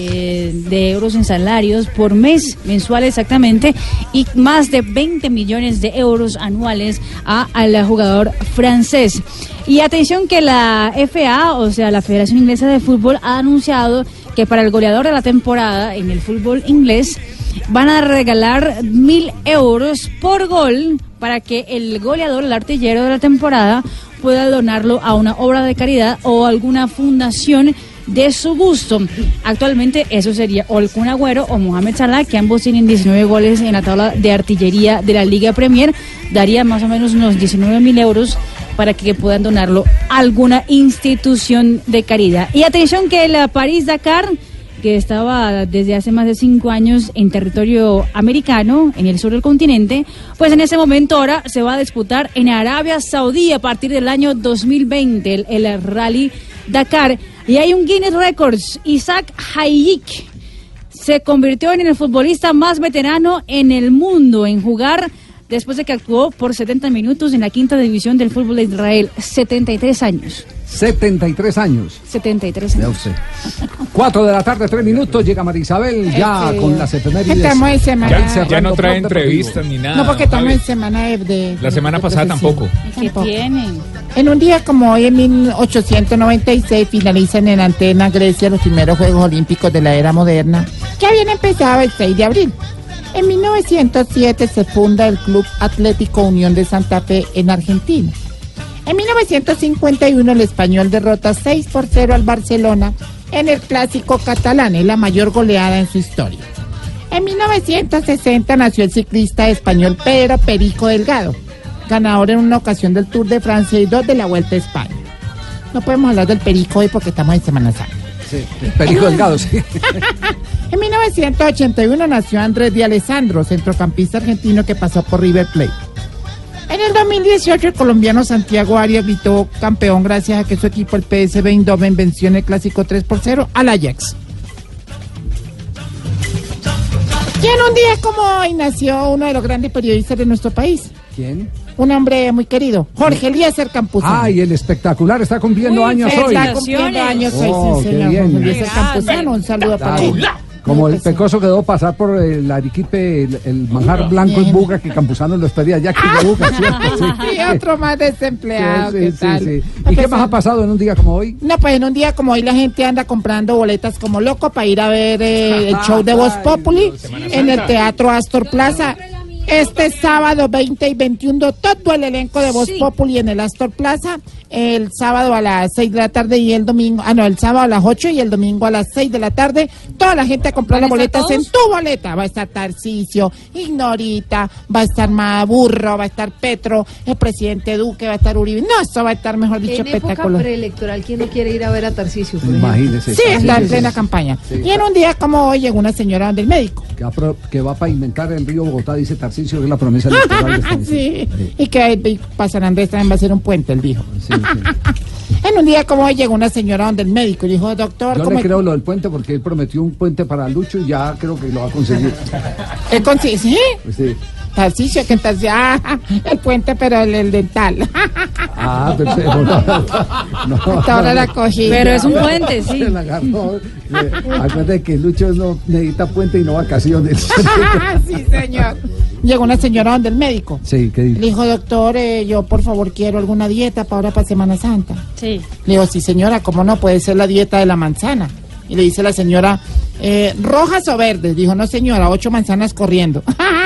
de euros en salarios por mes, mensuales exactamente, y más de 20 millones de euros anuales al jugador francés. Y atención que la FA, o sea, la Federación Inglesa de Fútbol, ha anunciado que para el goleador de la temporada en el fútbol inglés van a regalar 1.000 euros por gol para que el goleador, el artillero de la temporada, pueda donarlo a una obra de caridad o alguna fundación de su gusto. Actualmente eso sería o el Kun Agüero o Mohamed Salah, que ambos tienen 19 goles en la tabla de artillería de la Liga Premier. Daría más o menos unos 19.000 euros para que puedan donarlo a alguna institución de caridad. Y atención que el París-Dakar, que estaba desde hace más de 5 años en territorio americano, en el sur del continente, pues en ese momento ahora se va a disputar en Arabia Saudí a partir del año 2020, el Rally Dakar. Y hay un Guinness Records. Isaac Hayik se convirtió en el futbolista más veterano en el mundo en jugar después de que actuó por 70 minutos en la 5ª división del fútbol de Israel. 73 años. 73 años. 73 años. 4 de la tarde, 3 minutos, llega María Isabel ya con las efemérides. Estamos en semana. Ya no trae entrevistas ni nada. No, porque estamos en semana de la semana pasada tampoco. ¿Qué tienen? En un día como hoy, en 1896, finalizan en Atenas, Grecia, los primeros Juegos Olímpicos de la era moderna, que habían empezado el 6 de abril. En 1907 se funda el Club Atlético Unión de Santa Fe en Argentina. En 1951 el Español derrota 6-0 al Barcelona en el Clásico catalán, es la mayor goleada en su historia. En 1960 nació el ciclista español Pedro Perico Delgado, ganador en una ocasión del Tour de Francia y 2 de la Vuelta a España. No podemos hablar del Perico hoy porque estamos en Semana Santa. Sí, el Perico Delgado, sí. En 1981 nació Andrés Di Alessandro, centrocampista argentino que pasó por River Plate. En el 2018 el colombiano Santiago Arias gritó campeón gracias a que su equipo, el PSV Eindhoven, venció en el Clásico 3-0 al Ajax. Y en un día como hoy nació uno de los grandes periodistas de nuestro país. ¿Quién? Un hombre muy querido, Jorge Eliezer Campuzano. Ay, el espectacular está cumpliendo años hoy. Está cumpliendo años hoy, sí, señor. Jorge Eliezer Campuzano, un saludo para él. Como el pecoso quedó pasar por el Arequipe, el manjar blanco en Buga, que Campuzano lo pedía ya que de Buga, ¿cierto? Sí. Y otro más desempleado, sí, ¿qué tal? Sí. ¿Y qué más ha pasado en un día como hoy? No, pues en un día como hoy la gente anda comprando boletas como loco para ir a ver el show de Voz Populi en el Teatro Astor Plaza. Este sábado 20 y 21, todo el elenco de Voz Populi en el Astor Plaza. El sábado a las 6 de la tarde y el domingo, el sábado a las 8 y el domingo a las 6 de la tarde. Toda la gente a comprar las boletas en tu boleta. Va a estar Tarcisio, Ignorita, va a estar Burro, va a estar Petro, el presidente Duque, va a estar Uribe. No, eso va a estar, mejor dicho, en época espectacular. preelectoral, ¿quién no quiere ir a ver a Tarcisio? Imagínese. Sí, está en plena campaña. Sí, y en un día como hoy llegó una señora del médico. Que va a pavimentar el río Bogotá, dice Tarcisio, que es la promesa electoral de este sí. Y que para San Andrés también va a ser un puente, él dijo. Sí. En un día como hoy llegó una señora donde el médico y dijo, doctor, yo le creo lo del puente porque él prometió un puente para Lucho y ya creo que lo va a conseguir. ¿Él consigue? ¿Sí? Pues sí. Tarcisio, que entonces, el puente, pero el dental. Perfecto. No, hasta ahora la cogí. Pero es un puente, sí. Se la agarró. Acuérdate que Lucho no necesita puente y no vacaciones. Sí, señor. Llegó una señora donde el médico. Sí, ¿qué dijo? Le dijo, doctor, yo por favor quiero alguna dieta para ahora para Semana Santa. Sí. Le digo, sí señora, ¿cómo no? Puede ser la dieta de la manzana. Y le dice la señora, ¿rojas o verdes? Dijo, no señora, 8 manzanas corriendo.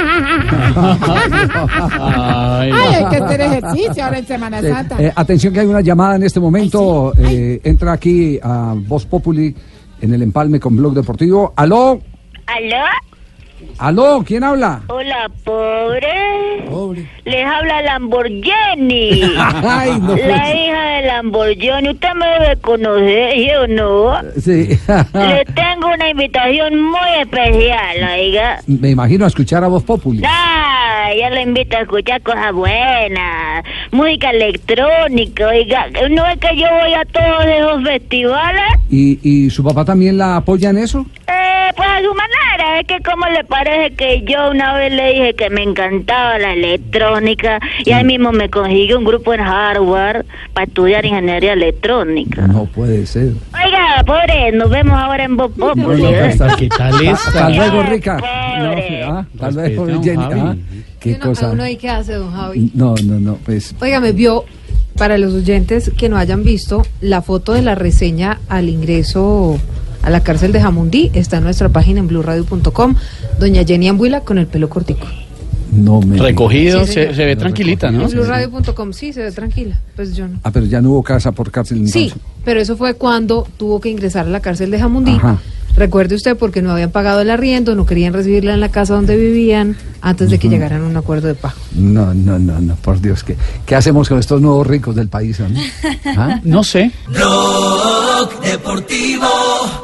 Ay, hay que hacer ejercicio ahora en Semana Santa. Atención que hay una llamada en este momento. Entra aquí a Voz Populi en el empalme con Blog Deportivo. ¿Aló? ¿Aló? Aló, ¿quién habla? Hola, pobre. Les habla Lamborghini. Ay, no, la hija de Lamborghini. Usted me debe conocer, ¿sí o no? Sí. Le tengo una invitación muy especial, oiga. Me imagino a escuchar a Voz Populi. Yo le invito a escuchar cosas buenas, música electrónica, oiga. ¿No es que yo voy a todos esos festivales? ¿Y su papá también la apoya en eso? Pues a su manera. Es que como le parece que yo una vez le dije que me encantaba la electrónica y ahí mismo me conseguí un grupo en Harvard para estudiar ingeniería electrónica. No puede ser. Oiga, pobre, nos vemos ahora en Voz Populi. ¿Qué tal está? Hasta luego, Rica. Hasta luego, Jenny. ¿Qué cosa? ¿Uno ahí qué hace, don Javi? No, pues... Óigame, vio, para los oyentes que no hayan visto, la foto de la reseña al ingreso a la cárcel de Jamundí está en nuestra página en blurradio.com. Doña Jenny Ambuila con el pelo cortico. No me... Recogido, Sí, se ve tranquilita, ¿no? En blurradio.com, sí, se ve tranquila. Pues yo no. Pero ya no hubo casa por cárcel entonces. Sí, pero eso fue cuando tuvo que ingresar a la cárcel de Jamundí. Ajá. Recuerde usted, porque no habían pagado el arriendo, no querían recibirla en la casa donde vivían antes de que llegaran a un acuerdo de pago. No, por Dios, ¿qué hacemos con estos nuevos ricos del país? ¿No? No sé. Blog Deportivo